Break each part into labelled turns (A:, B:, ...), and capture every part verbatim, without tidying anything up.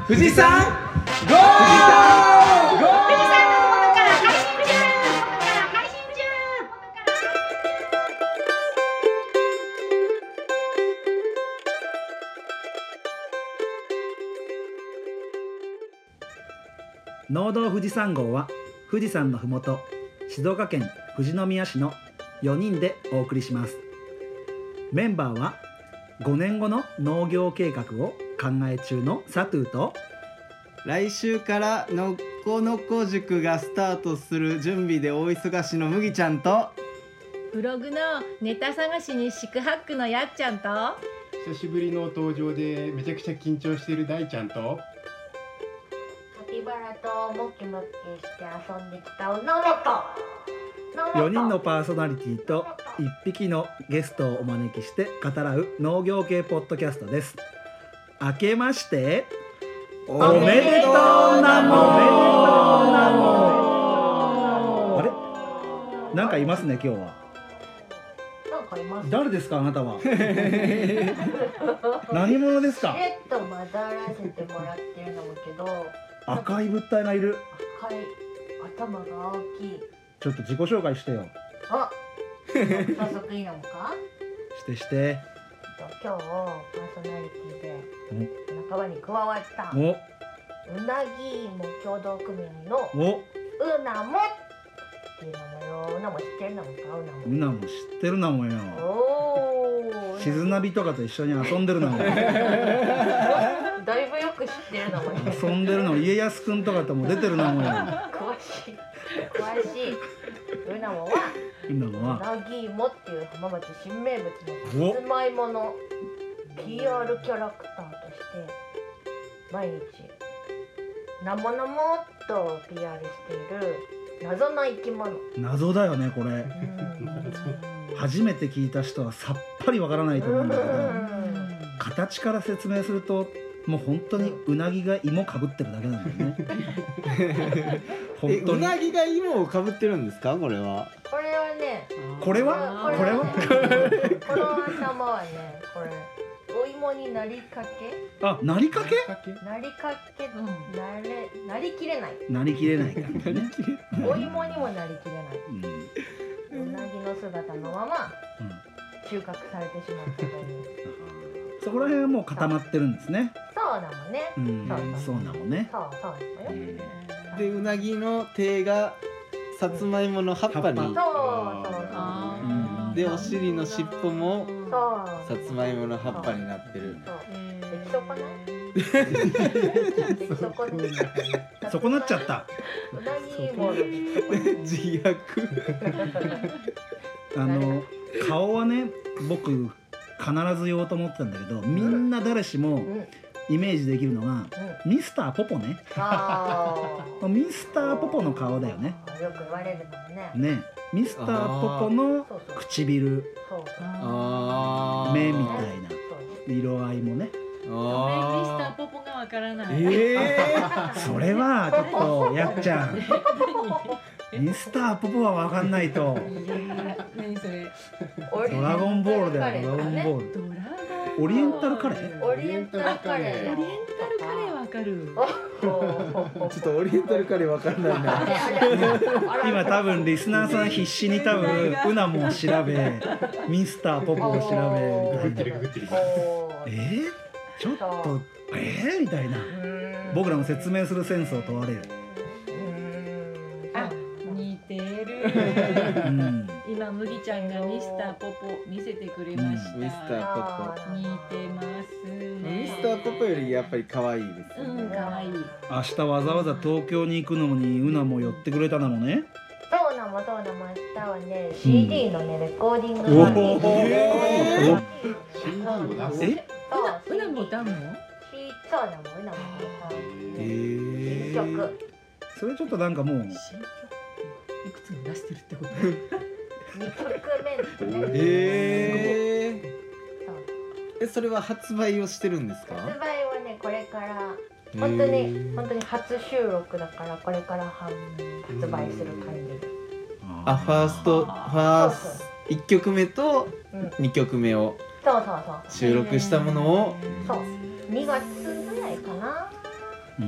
A: 富士山ゴー！富士山の元から開始中！元から開始中！
B: 農道富士山号は富士山のふもと静岡県富士宮市のよにんでお送りします。メンバーはごねんごの農業計画を考え中のサトゥーと、
C: 来週からのこのこ塾がスタートする準備で大忙しの麦ちゃんと、
D: ブログのネタ探しに四苦八苦のやっちゃんと、
E: 久しぶりの登場でめちゃくちゃ緊張している大ちゃんと、
A: カピバラとモキモキして遊んできたおのもと
B: よにんのパーソナリティといっぴきのゲストをお招きして語らう農業系ポッドキャストです。明けましておめでとうなもあれなんかいますね今日は。
A: なんかいます。
B: 誰ですかあなたは何者ですか。
A: しれっとまだらせてもらってるのもけど、
B: 赤い物体がいる。
A: 赤い頭が大きい。
B: ちょっと自己紹介してよ。
A: あ、早速いいのか。
B: してして
A: 今日パーソナリティで仲間に加わった
B: お
A: うなぎも協同組合の
B: お
A: うなもっていう名前を、うなも知ってるのか。
B: うなも知ってるなもよ。
A: おー、
B: しずなびとかと一緒に遊んでるなもよ
A: だいぶよく知ってるのもね。
B: 遊んでるの家康くんとかとも出てるなもよ。
A: 詳しい詳しいうなもは
B: うなもは
A: うなぎいもっていう浜松新名物のさつまいもの ピーアール キャラクターとして毎日なもなもっと ピーアール している謎の生き物。
B: 謎だよねこれ。
A: うん
B: 初めて聞いた人はさっぱりわからないと思うんだけど、形から説明するともう本当にうなぎが芋かぶってるだけなんだよね本当に。
C: えうなぎが芋をかぶってるんですかこれは。
A: これはね、
B: これは
A: これ
B: これは
A: ねこの頭はね、これお芋になりかけ
B: あ、なりかけ
A: なりかけ、なれなりきれない。
B: なりきれないからね
A: お芋にもなりきれない。
B: うん
A: うなぎの姿のまま収穫されてしまったという。
B: そこら辺はもう固まってるんですね。
A: そうだもんね。
B: うん
A: そう
B: そうなのね。
A: そうそうだよ。
C: でうなぎの手がさつまいもの葉っぱに、
A: そうそう
D: あ
B: うん
C: でお尻の尻尾も
A: そう。
C: さつまいもの葉っぱになってる。
A: そう。
D: ー
A: できそこない？できそこで。
B: そこなっちゃった。
A: うなぎもできそこね。
C: 自虐。
B: あの顔はね僕必ず言おうと思ってたんだけど、みんな誰しも
A: うん
B: イメージできるのがミスターポポね。
A: ああ。
B: ミスターポポの顔だよね。
A: よく言われるのもね。
B: ね、ミスターポポの
A: そうそう。
B: 唇、
A: そうそう。
C: あー
B: 目みたいな
A: そう
B: 色合いもね。
D: ミスター
C: あ
D: ポポがわからな
C: ー
D: い。
C: え
B: それはちょっとやっちゃん、ミスターポポは分かんないと。
D: 何それ？
B: ドラゴンボールだよ、ドラゴンボール。
D: ドラゴン。
B: オリエンタルカレー？
A: オリエンタルカレー。
D: オリエンタルカレーわかる。
C: ー、ちょっとオリエンタルカレーわかんないな。
B: 今多分リスナーさん必死に多分うなもを調べ、ミスターポポを調べみたいな。えー、ちょっとえー、みたいな。僕らも説明するセンスを問われる。
D: あ、似てる。
B: うん
D: 今麦ちゃんがミスターポポ見せてくれました。
C: ミスターポポ。
D: 似てますね。
C: ミスターポポよりやっぱり可愛いですよね。
D: うん、可愛い。
B: 明日わざわざ東京に行くのにうなも寄ってくれたのもね。
A: そうなもそうなも明日はね シーディー のねレコーディング
B: お
A: がある。
B: お
A: そう
B: え
D: うなも歌うの？
A: そうなもうなも
C: え
A: 一
C: ー、
A: 曲
B: それちょっとなんかもう
D: 新曲いくつも出してるってこと？
A: 二曲目ですね。
C: えー、
A: そう
C: えそれは発売をしてるんですか？
A: 発売はねこれから本当に本当に初収録だからこれから発売する感じで。
C: あ、ファーストファーストいっきょくめと
A: うん
C: にきょくめを
A: そうそうそう
C: 収録したものを
A: そうにがつぐらいかな。
B: うん、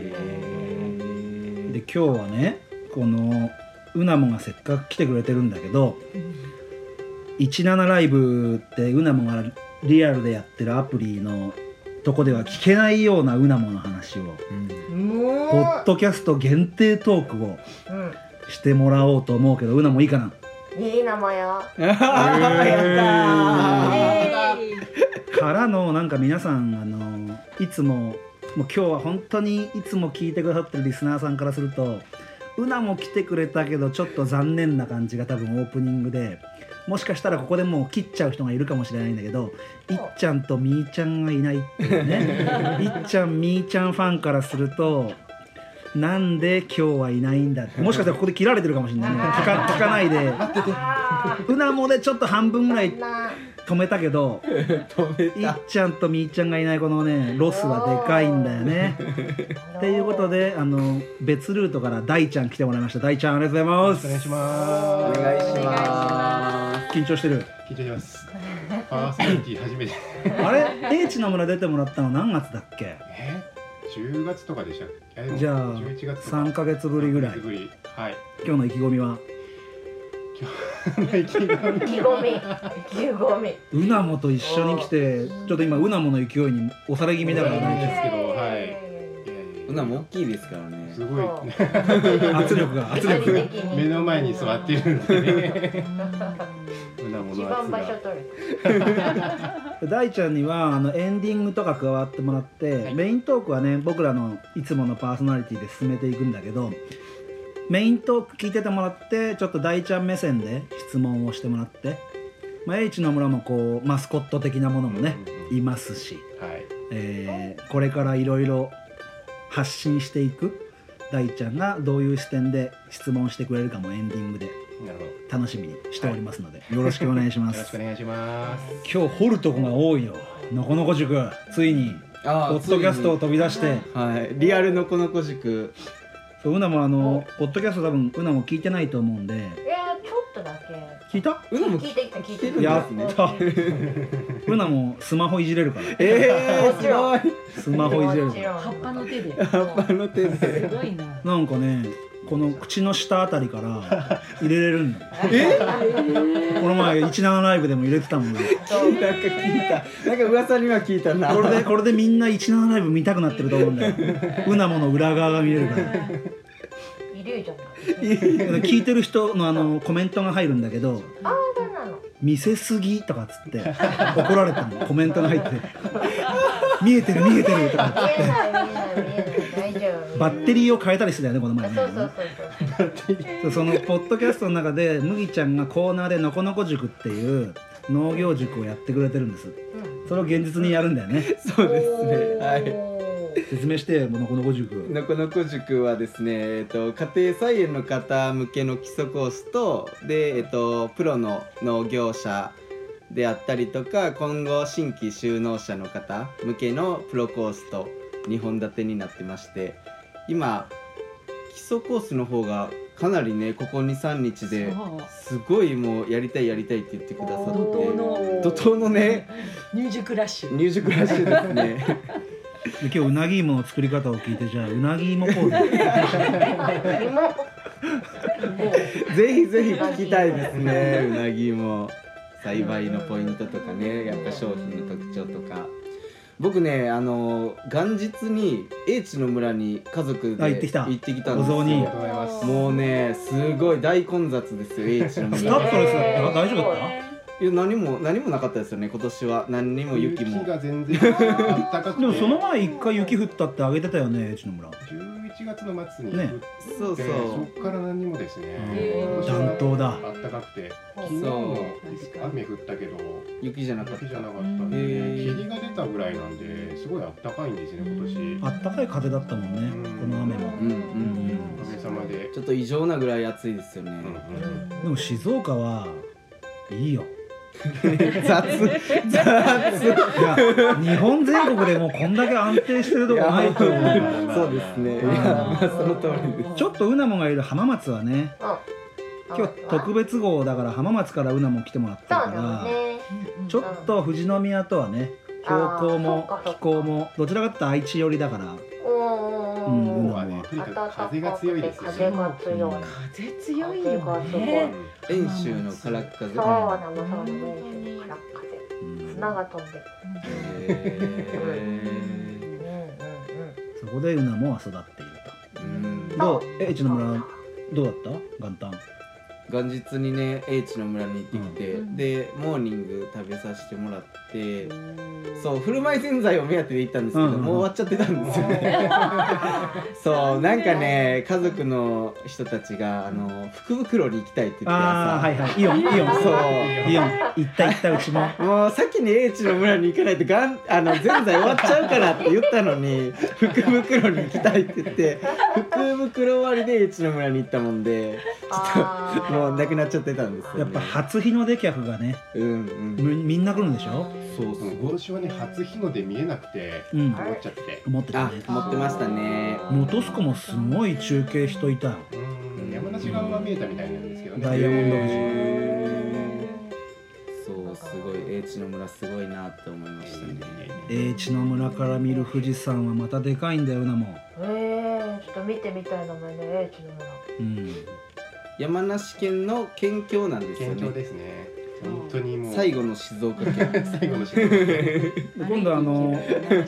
C: へ
B: で今日はねこのうなもがせっかく来てくれてるんだけど、じゅうななライブってうなもがリアルでやってるアプリのとこでは聞けないようなうなもの話を、
C: うん、
A: もう
B: ポッドキャスト限定トークを
A: うん
B: してもらおうと思うけど、うなもいいかな。
A: いい名前よ。
C: やった
D: え
B: からのなんか皆さんあのいつももう今日は本当にいつも聞いてくださってるリスナーさんからするとうなも来てくれたけどちょっと残念な感じが多分オープニングで、もしかしたらここでもう切っちゃう人がいるかもしれないんだけど、いっちゃんとみーちゃんがいないっていうねいっちゃんみーちゃんファンからするとなんで今日はいないんだって、もしかしたらここで切られてるかもしれないね。聞か、聞かないで
A: あ
B: うなもでちょっと半分ぐらい
A: ーな
B: 止めたけど
C: 止め
B: いったちゃんとみーちゃんがいないこのねロスはでかいんだよね。っていうことであの別ルートから大ちゃん来てもらいました。大ちゃんありがとうございます。
E: お願いしま
C: お
E: す。
C: 願いしま
B: 緊張してる。
E: 聞いてます。パーソナリティ初めて。
B: あれ英知の村出てもらったの何月だっけ。
E: え、じゅうがつとかでしたっけ。え
B: じゃあ
E: じゅういちがつとか
B: さんかげつぶりぐらい。
E: さんかげつぶりはい。
B: 今日の意気込みは。
E: 意気込み
A: 意気込み意気込み
B: うなもと一緒に来てちょっと今うなもの勢いに押され気味だから
E: ない
B: ね。
E: ですけど、はい。いやいやいや
C: うなも大きいですからね。
E: すごい
B: 圧力が圧力が
E: 目の前に座ってるんでね。うなも
A: 一
E: の
A: 番場所
E: 圧が。
A: 取る。
B: 大ちゃんにはあのエンディングとか加わってもらって、
E: はい
B: メイントークはね僕らのいつものパーソナリティで進めていくんだけど、メイントーク聞いててもらってちょっと大ちゃん目線で質問をしてもらって、まあ、H の村もこうマスコット的なものもね、いますし、
E: はい。
B: えーこれからいろいろ発信していく大ちゃんがどういう視点で質問してくれるかもエンディングで
E: なるほ
B: 楽しみにしておりますので、よろしくお願いしま
E: ど。よろし
B: す。
E: くお願いします。
B: 今日掘るとこが多いよ。のこのこ塾ついに
C: あ
B: ポッドキャストを飛び出して、
C: はい、リアルのこのこ塾。
B: そううなもあのポッドキャスト多分うなも聞いてないと思うんで。
A: いやちょっとだけ
B: 聞いた？
C: うなも
A: 聞いてきた聞いてきた。
B: や
C: るんです
B: ったうなもスマホいじれるから
C: えー、すごい。
B: スマホいじれるから
D: 葉っぱの手で
C: 葉っぱの手
D: す
C: で。
D: ごいな。
B: なんかねこの口の下あたりから入れれるんだよ。
C: え？
B: この前じゅうななライブでも入れてたもんね。
A: そう
C: なんか聞いた。なんか噂には聞いたな。
B: これでこれでみんなじゅうななライブ見たくなってると思うんだよ。うなもの裏側が見れるから。
A: イリュージョンだ。
B: 聞いてる人のあのコメントが入るんだけど、
A: ああそうなの。
B: 見せすぎとかっつって怒られたの。コメントが入って見えてる見えてるとかっつって
A: 見えない見えない見えない大丈夫。
B: バッテリーを変えたりしてたよねこの前ね。
A: そうそうそうそう。
B: そうそのポッドキャストの中で麦ちゃんがコーナーでのこのこ塾っていう農業塾をやってくれてるんです。
A: うん
B: それを現実にやるんだよね。
C: そうですね。はい。
A: い。
B: 説明してものこのこ塾。
C: のこのこ塾はですね、えっと、家庭菜園の方向けの基礎コースとで、えっと、プロの農業者であったりとか今後新規就農者の方向けのプロコースとにほん立てになってまして、今基礎コースの方がかなりねここ にさんにちで
D: そう
C: すごいもうやりたいやりたいって言ってくださって、
D: 怒涛の
C: 怒涛のね
D: 入塾ラッシュ。
C: 入塾ラッシュですね
B: で今日うなぎ芋の作り方を聞いてじゃあうなぎ芋講座
C: ぜひぜひ聞きたいですね。うなぎも栽培のポイントとかね、やっぱ商品の特徴とか。僕ね、あの元日に英知の村に家族で
B: あ行ってきた
C: 行ってきたんです
B: お雑煮
E: ありがとうございます。
C: もうね、すごい大混雑ですよ、英知の
B: ス
C: 村。
B: タッフですよ。あ大丈夫だった
C: いや何も何もなかったですよね、今年は。何にも雪も。
E: が全然あったかくて。
B: でもその前一回雪降ったってあげてたよねうちの村。
E: じゅういちがつの末に
B: ね
E: 降って、
C: そうそう
E: そっから何にもですね。
B: へ
D: ー
E: 今年は
B: 暖冬だ
E: あったかくて、昨日
C: そう
E: も
D: 確かに
E: 雨降ったけど
C: 雪じゃなかっ
E: 雪じゃなかった
D: うん
E: んで、
C: へー
E: 霧が出たぐらいなんですごいあったかいんですね今年。
B: あったかい風だったもんねこの雨も。
C: た。うんうんうん。
E: おかげさまで。
C: ちょっと異常なぐらい暑いですよね。
E: うんうん
B: でも静岡はいいよ。
C: 雑雑。
B: いや日本全国でもこんだけ安定してるとこないと思う。
C: そうですね。いや、
B: うん
C: まあその通りです。
B: ちょっとうなもがいる浜松はね今日特別号だから浜松からうなも来てもらってる
A: そうなの
B: から、
A: ね。
B: ちょっと富士宮とはね標高も
A: あーそっかそっか
B: 気候もどちらかというと愛知寄りだから
A: お
B: うん
E: 今日はねとにかく風が強いですよね。
A: 風が強い。
D: 風強いよ
A: 風がすごい
D: ね。
C: 遠州のからっ風。
A: そうなの、そうなの、遠州のからっ風。砂が飛んでる。
C: へ
A: うんうん
C: ー
B: そこでうなもは育っている
C: うん
B: と。どうえHの村どうだった元旦？
C: 元日にね H の村に行ってきて、
D: うん
C: でモーニング食べさせてもらって、そう振る舞い洗剤を目当てで行ったんですけど、
B: うんうん
C: もう終わっちゃってたんですよねそうなんかね家族の人たちがあの福袋に行きたいって言って
B: ああはい
C: 朝、
B: はいイオンイオン
C: そう
B: イオン行った行ったうちも。
C: もう先に H の村に行かないとがんあのぜんざい終わっちゃうからって言ったのに福袋に行きたいって言って福袋終わりで H の村に行ったもんでちょっともうなくなっちゃってたんですよね。
B: やっぱ初日の出客がね
C: うんうん
B: みみんな来るんでしょ。
C: そうそう
E: 今年はね初日の出見えなくて
B: うん
E: 思っちゃって。
C: あ
B: 思ってたね。
C: 持ってましたね。
B: 本栖湖もすごい中継人いたよ。
E: うん山梨側は見えたみたいなんですけどね。
B: ダイヤモンド富士
C: へーそうすごい H の村すごいなって思いましたね。
B: H の村から見る富士山はまたでかいんだよなも
A: えー、ちょっと見てみたい名前ね、英知の村。
B: う。うん。
C: 山梨県の県境なんですよ
E: 県境
C: ね。
E: ですね。本当にもう
C: 最後の静岡県。
E: 最後の静岡県。
B: で今度あの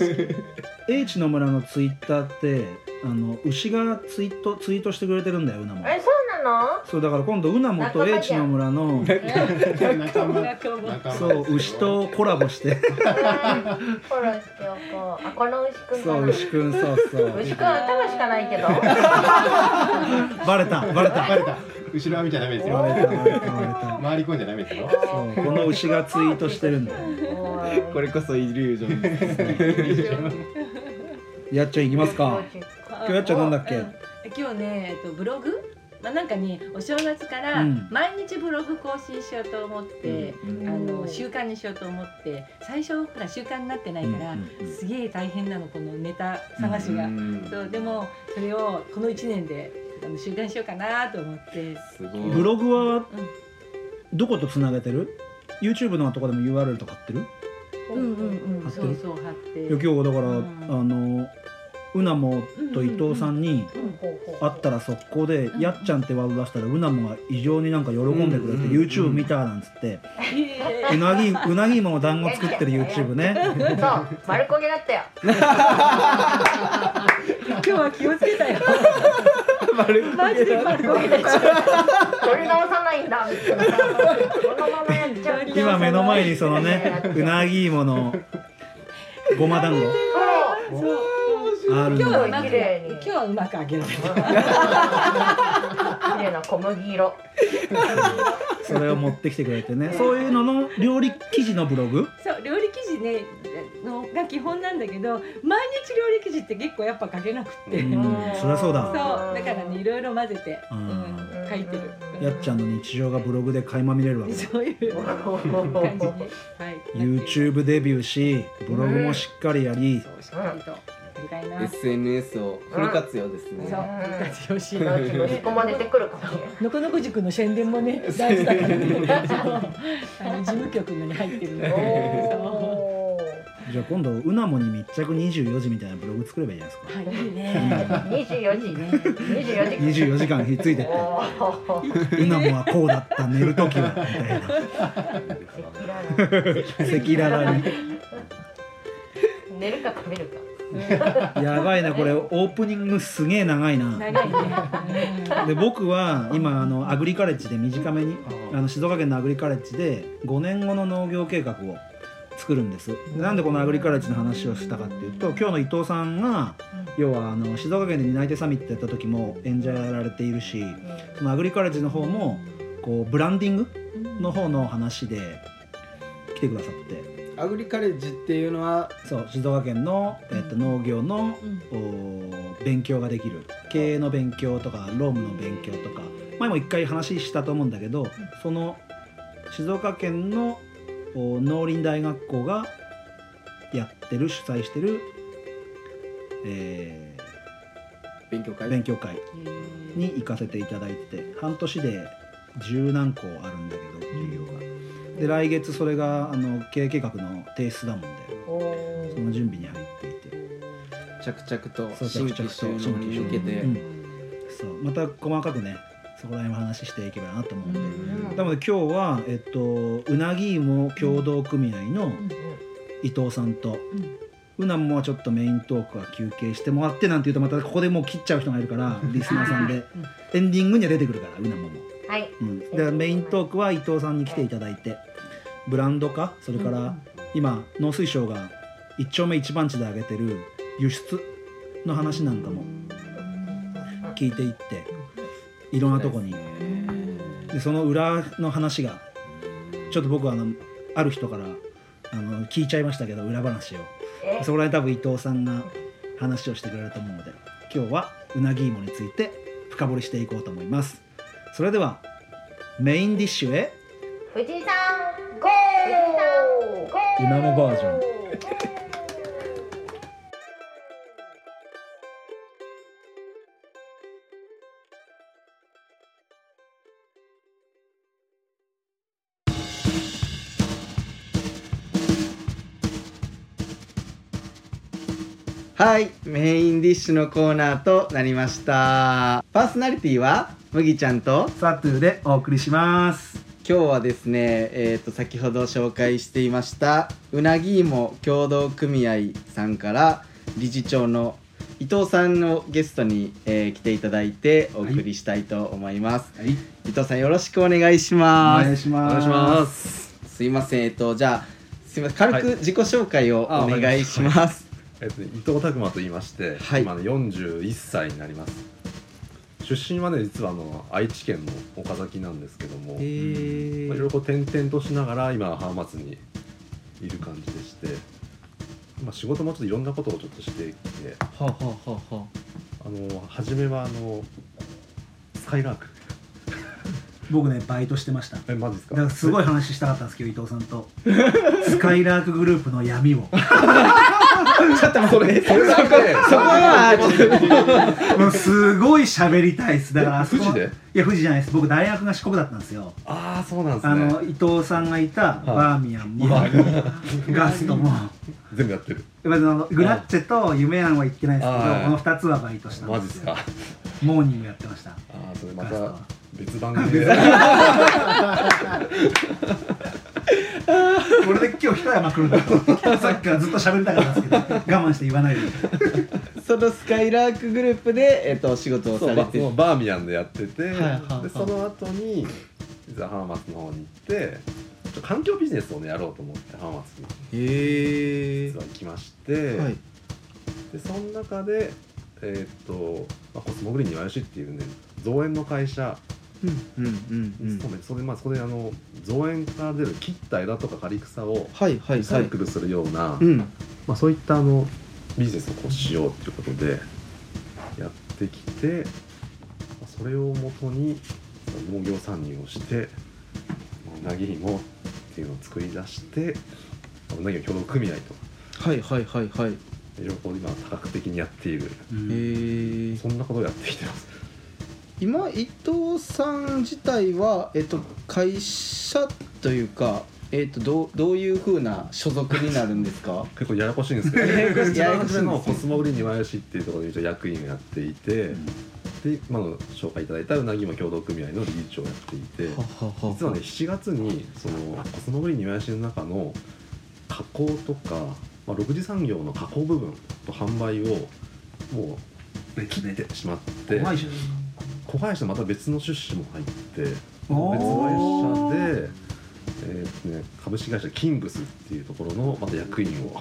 B: H の村のツイッターってあの牛がツイートツイートしてくれてるんだようなも。
A: え、そうなの？
B: そうだから今度うなもと H の村の
E: 仲間
D: 仲間
E: 仲間
B: そう牛とコラボして
A: フォローしておこう。あ、この牛くんかな。
B: そう牛くんそうそう
A: 牛くん頭しかないけど。
B: バレたバレた
E: バレた。後ろは見ちゃダメですよ。
B: バレたバレたバレた。
E: 回り込んじゃダメですよ。
B: そうこの牛がツイートしてるんだよ。
C: これこそイリュージョンです。
B: やっちゃん行きますか。今日やっちゃんなんだっけ。
D: うん今日ね、えっと、ブログ、まあ、なんかねお正月から
B: うん
D: 毎日ブログ更新しようと思って、
C: うん
D: あの習慣にしようと思って最初ほら習慣になってないから、
B: うんうんうん
D: すげえ大変なのこのネタ探しが、
C: うん
D: そうでもそれをこのいちねんであの習慣しようかなと思って
C: すごい。
B: ブログはどことつなげてる ？YouTube のとこでも ユーアールエル とか貼ってる？
D: うんうんうん
B: 貼ってる
D: そうそう貼って
B: いや今日だから、
D: うん
B: あのうなもと伊藤さんに
D: うん
B: 会ったら速攻で「
D: うん
B: やっちゃん」ってワード出したらうなもが異常になんか喜んでくれて「
C: うん
B: YouTube 見た」なんつって
D: え
B: うなぎうなぎ芋の団子作ってる YouTube ね。
A: そう、丸焦げだったよ。
D: 今日は気をつけたよ
C: 丸
D: マジで丸焦げだ
A: 取り直さないんだみたいな。このままやっちゃう。
B: 今目の前にそのねうなぎ芋のごま団子
A: そう。
D: そう
B: あるんだよ
D: 今日はうまく
A: 綺麗に
D: 今日はうまく揚げられた
A: 綺麗な小麦色。
B: それを持ってきてくれてねそういうのの料理記事のブログ
D: そう料理記事ねのが基本なんだけど毎日料理記事って結構やっぱ書けなくって、
B: うんそりゃそうだ
D: そうだからねいろいろ混ぜて、
B: う
D: うんん、書いてる、
B: やっちゃんの日常がブログで垣間見れるわけだ
D: そういう感じに、はい、
B: YouTube デビューしブログもしっかりやり
D: そうしっかりとやりたいな、
C: エスエヌエス をフル活用ですね。
D: そう活用し
A: うち息子も出てくるかもしれない。
D: のこのこ塾の宣伝もね大事だからねそうあの事務局のに入ってるので
A: おー
B: じゃあ今度うなもに密着にじゅうよじみたいなブログ作ればいいじゃないですか。
D: はいいいね
A: にじゅうよじにじゅうよじ
B: にじゅうよじかんひっついてって
A: おー
B: うなもはこうだった寝るときはみたいな赤裸々に
A: 寝るか食べるか。
B: やばいなこれオープニングすげえ長いな。
D: 長いね、
B: で僕は今あのアグリカレッジで短めにあの静岡県のアグリカレッジでごねんごの農業計画を作るんです。でなんでこのアグリカレッジの話をしたかっていうと今日の伊藤さんが要はあの静岡県で担い手サミットやった時も演者やられているしそのアグリカレッジの方もこうブランディングの方の話で来てくださって
C: アグリカレッジっていうのは
B: そう静岡県の、えっと、農業の、お勉強ができる経営の勉強とか労務の勉強とか前も一回話したと思うんだけどその静岡県のお農林大学校がやってる主催してる、え
C: 勉強会
B: ー勉強会に行かせていただいてて半年で十何校あるんだけど授業が。で来月それがあの経営計画の提出だもんで
A: おー
B: その準備に入っていて
C: 着々と
B: そう
C: 新規収納に向けて、
B: うんそうまた細かくねそこら辺の話していけばなと思うんで、
A: うん
B: なので今日は、えっと、うなぎ芋協同組合の伊藤さんと、うなもはちょっとメイントークは休憩してもらってなんて言うとまたここでもう切っちゃう人がいるからリスナーさんでエンディングには出てくるからうなもも、
A: はい
B: うん、でメイントークは伊藤さんに来ていただいてブランド化それから今農水省が一丁目一番地で挙げてる輸出の話なんかも聞いていっていろんなとこにでその裏の話がちょっと僕はあのある人からあの聞いちゃいましたけど裏話を
A: え
B: そこら辺多分伊藤さんが話をしてくれると思うので今日はうなぎ芋について深掘りしていこうと思います。それではメインディッシュへ
A: 富士山ゴー
B: うなもバージョン。
C: はい、メインディッシュのコーナーとなりました。パーソナリティは麦ちゃんと
B: サトゥーでお送りします。
C: 今日はですね、えー、と先ほど紹介していましたうなぎ芋協同組合さんから理事長の伊藤さんのゲストに、えー来ていただいてお送りしたいと思います、
B: はい、
C: 伊藤さんよろしくお願いし
B: お
C: ます。
B: 願いします。
F: お願いします。
C: すいません、えっとじゃあすいません軽く自己紹介を
F: あ
C: お願いします。
F: えっと、伊藤拓磨と言いまして、
C: はい
F: 今のよんじゅういっさいになります。出身はね実はあの愛知県の岡崎なんですけども、まあ、い
C: へ
F: ろいろこう転々としながら今浜松にいる感じでして、まあ、仕事もちょっといろんなことをちょっとしてきて、
C: はあ、はあはあはあ、
F: あの初めはあのスカイラーク
B: 僕ねバイトしてました。だ
F: えマジですか。
B: からすごい話したかったんですけど伊藤さんとスカイラークグループの闇を
C: ちょっと待って
F: それだけ
C: そこは
B: もうすごい喋りたいですだからあそこ
F: 富士で
B: いや富士じゃないです僕大学が四国だったんですよ。
F: ああそうなんです
B: あ
F: ね。
B: の伊藤さんがいたバーミヤンも、ガストも
F: 全部やってる。
B: あのグラッチェと夢庵は行ってないですけど
F: あー
B: このふたつはバイトしたんですよ。
F: マジですか。
B: モーニングやってました。
F: ああそれまた
B: ガストは
F: 別番組で
B: これで今日一山来るんだと思ってさっきからずっと喋りたかったんですけど我慢して言わないで。
C: そのスカイラークグループで、えっと、仕事を
F: そうばそ
C: されて
F: のバーミヤンでやってて、
C: はいはいはい
F: でその後に実は浜松の方に行ってちょっと環境ビジネスをねやろうと思って浜松に
C: へえ
F: 実は行きまして、
C: はい
F: でその中でえーっと、まあ、コスモグリーンにわよしっていうね造園の会社
C: うんうんうんうん
F: に勤めて、それでまあそこであの造園から出る切った枝とか刈り草を
C: はいはい
F: リサ
C: はい
F: イクルするような、
C: うん
F: まあ、そういったあのビジネスをこうしようということでやってきて、まあそれをもとに農業参入をしてうなぎ芋っていうのを作り出してうなぎの協同組合と
C: はいはいはいはい
F: いろいろこう今多角的にやっている、
B: うん
C: へえ
F: そんなことをやってきてます。
C: 今伊藤さん自体は、えっと、会社というか、えっと、どうどういうふうな所属になるんですか？
F: 結構ややこしいんですけど
C: ややこしい
F: 一番初めのコスモグリーンにわよしっていうところに一応役員をやっていて、で今の紹介いただいたうなぎ芋協同組合の理事長をやっていて、
C: ははは
F: 実はねしちがつにそのコスモグリーンにわよしの中の加工とか、まあ、ろく次産業の加工部分と販売をもう切ってしまって
B: 怖いじゃん。
F: 子会社また別の出資も入って別
B: おー
F: 会社で、えーとね、株式会社キングスっていうところのまた役員を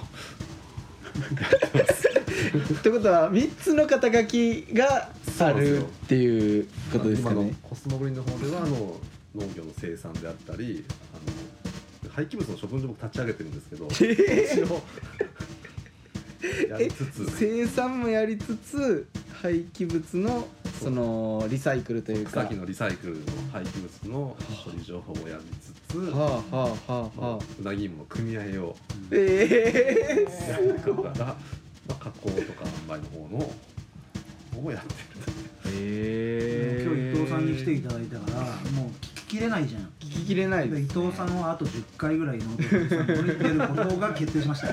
C: ってことはみっつの肩書きがあるっていうことですか
F: 今の
C: ね。
F: コスモグリーンの方ではあの農業の生産であったりあの廃棄物の処分所も立ち上げてるんですけど一応やりつつ
C: 生産もやりつつ廃棄物のそのリサイクルというか
F: 草木のリサイクルの廃棄物の処理情報をやりつつ、
C: はあはあはあ
F: まあ
C: はあ
F: うなぎ芋の組合を
C: ええ
F: やってから、まあ、加工とか販売の方の方をやってる。
C: え
B: 今日伊藤さんに来ていただいたからもう聞ききれないじゃん。
C: 聞ききれないです、ね、
B: 伊藤さんはあとじゅっかいぐらいの富士山に出ることが決定しました。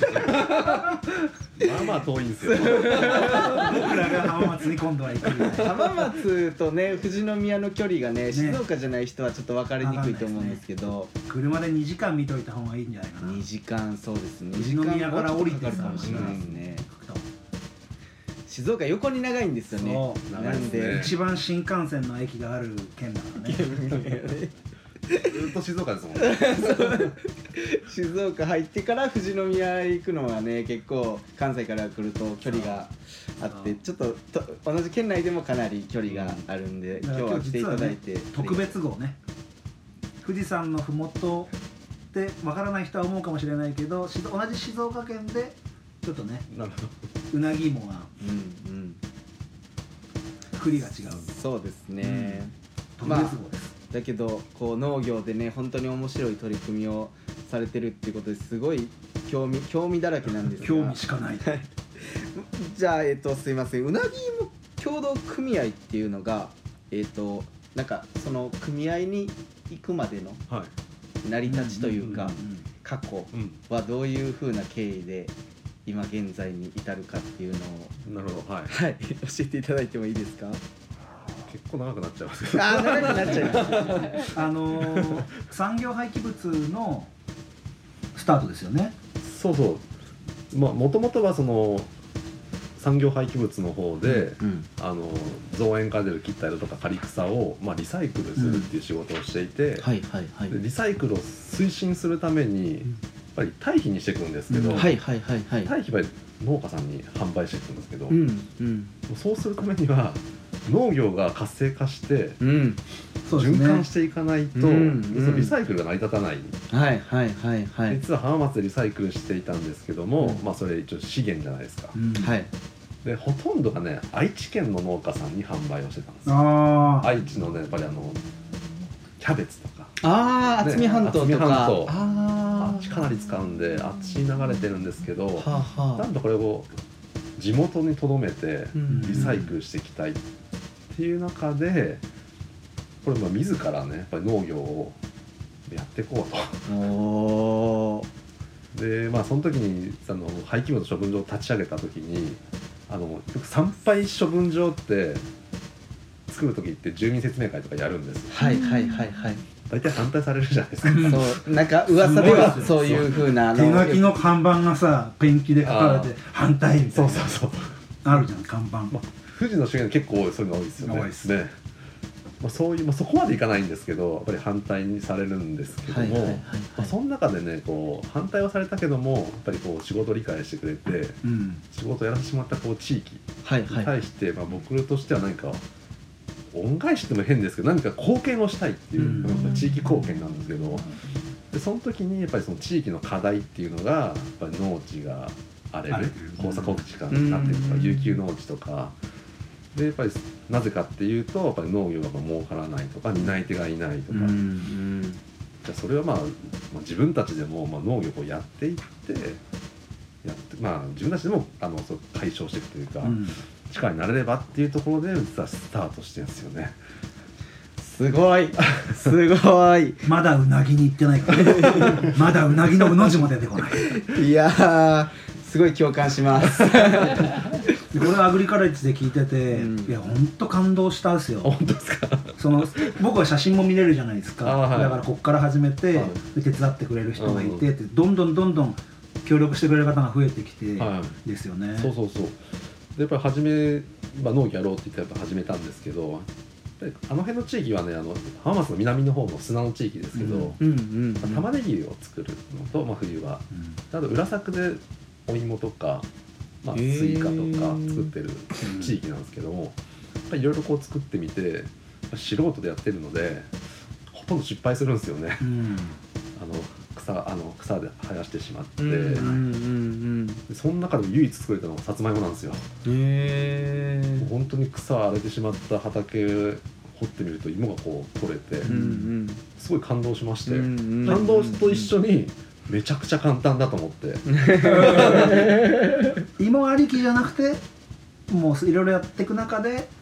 F: まあまあ遠いんですよ。
B: 僕らが浜松に今度は行くみたいな。
C: 浜松とね富士宮の距離がね静岡じゃない人はちょっと分かりにくいと思うんですけど、
B: 車でにじかん見といた方がいいんじゃないかな。
C: にじかん、そうですね、
B: 富士宮から降りて
C: かかるかもしれないですね。
B: 行くと
C: 静岡横に長いんですよね。
B: そう
C: なんで
B: 一番新幹線の駅がある県だからね。
F: ずっと静岡ですもんね。
C: 静岡入ってから富士宮行くのはね結構関西から来ると距離があってちょっとと同じ県内でもかなり距離があるんで、今日は来ていただいて、
B: ね、特別号ね富士山のふもとってわからない人は思うかもしれないけど同じ静岡県でちょっとね
F: なるほど。
B: うなぎ芋が
C: うんうん
B: 栗が違う、
C: そうですね、
B: うん、特別号です、
C: まあ、だけどこう農業でね本当に面白い取り組みをされてるっていうことですごい興味興味だらけなんですが
B: 興味しかない
C: じゃあえっ、とすいませんうなぎ芋協同組合っていうのがえっ、となんかその組合に行くまでの
F: はい
C: 成り立ちというか、
B: んんんん
C: 過去
F: うん
C: はどういう風な経緯で今現在に至るかっていうのを
F: なるほど。はい
C: はい教えていただいてもいいですか？
F: 結構長くなっちゃいますけど。
C: あー長くなっちゃいます
B: あのー、産業廃棄物のスタートですよね。
F: そうそうまあもともとはその産業廃棄物の方で、
C: うん
F: あの造園から出る切った枝とか刈り草を、まあ、リサイクルするっていう仕事をしていて、
C: はいはいはい
F: でリサイクルを推進するためにやっぱり堆肥にしていくんですけど、
B: うん
C: はいはいはいはい
F: 堆肥は農家さんに販売していくんですけど、
C: うんうん
F: そうするためには農業が活性化して
C: うん
B: そうですね
F: 循環していかないと、
C: うん
F: そのリサイクルが成り立たない、
C: はいはいはいはい
F: 実は浜松でリサイクルしていたんですけども、
C: うん
F: まあ、それ一応資源じゃないですか、
B: うん
C: はい
F: でほとんどがね愛知県の農家さんに販売をしてたんですよ。
B: ああ
F: 愛知のねやっぱりあのキャベツとか
C: ああ
F: ね
C: 渥美半島と
F: 渥美半
C: か
F: 島
C: あ
F: あっちかなり使うんであっちに流れてるんですけど、
C: はあはあ
F: なんとこれを地元に留めて
C: うん
F: リサイクルしていきたいっていう中でこれまあ自らねやっぱり農業をやっていこう
C: おー
F: とでまあその時にあの廃棄物処分場を立ち上げた時にあのよく産廃処分場って作る時って住民説明会とかやるんですよ。
C: はいはいはいはい
F: 大体反対されるじゃないですか。
C: そうなんか噂ではそういう風なあ
B: 手書きの看板がさペンキで書かれて反対みたいな
F: そうそうそう。
B: あるじゃん看板、
F: まあ、富士の周辺結構そういうの多いですよね。
B: 多いです
F: ねまあ、そういう、まあ、そこまでいかないんですけどやっぱり反対にされるんですけども、
C: はいはいはいはい
F: まあ、その中でねこう反対はされたけどもやっぱりこう仕事を理解してくれて
B: うん
F: 仕事をやらせてもらったこう地域に
C: はいはい
F: 対して、まあ、僕としては何か恩返しっても変ですけど何か貢献をしたいっていう、
B: うん
F: やっぱ地域貢献なんですけどでその時にやっぱりその地域の課題っていうのがやっぱり農地が荒れる
B: 荒れる
F: 耕作放棄地になってるとか
C: うん
F: 遊休農地とかでやっぱりなぜかっていうとやっぱり農業が儲からないとか担い手がいないとか、
C: うんうん
F: じゃあそれはまあ、まあ、自分たちでもまあ農業をやっていってやってまあ自分たちでもあのそう解消していくというか、
B: うん
F: 力になれればっていうところで実はスタートしてるんですよね。
C: すごいすごい
B: まだうなぎに行ってないからまだうなぎのうの字も出てこない
C: いやーすごい共感します
B: これアグリカレッジで聞いてて、
C: うん
B: いやほんと感動したんですよ。
F: 本当ですか。
B: その僕は写真も見れるじゃないですか、
F: あ、はい、
B: だからこっから始めて、
F: はい
B: で手伝ってくれる人がいて、
F: うん
B: ってどんどんどんどん協力してくれる方が増えてきて、
F: は
B: ですよね。
F: そうそうそうでやっぱり始め、まあ、農業やろうって言ってやっぱ始めたんですけどやっぱりあの辺の地域はねあの浜松の南の方の砂の地域ですけど、
B: うん
C: うんうん
F: まあ玉ねぎを作るのと、まあ、冬は
B: うん
F: あと裏作でお芋とか、まあ、ス
C: へー
F: イカとか作ってる地域なんですけどもいろいろこう作ってみて素人でやってるのでほとんど失敗するんですよね。
B: うん
F: あの草あの草で生やしてしまって、
C: うんうんうん
F: でその中でも唯一作れたのがさつまいもなんですよ。
C: うんへー
F: 本当に草荒れてしまった畑掘ってみると芋がこう取れて、
C: うんうん
F: すごい感動しまして、
C: うんうん
F: 感動と一緒にめちゃくちゃ簡単だと思って、
B: 芋ありきじゃなくてもういろいろやっていく中で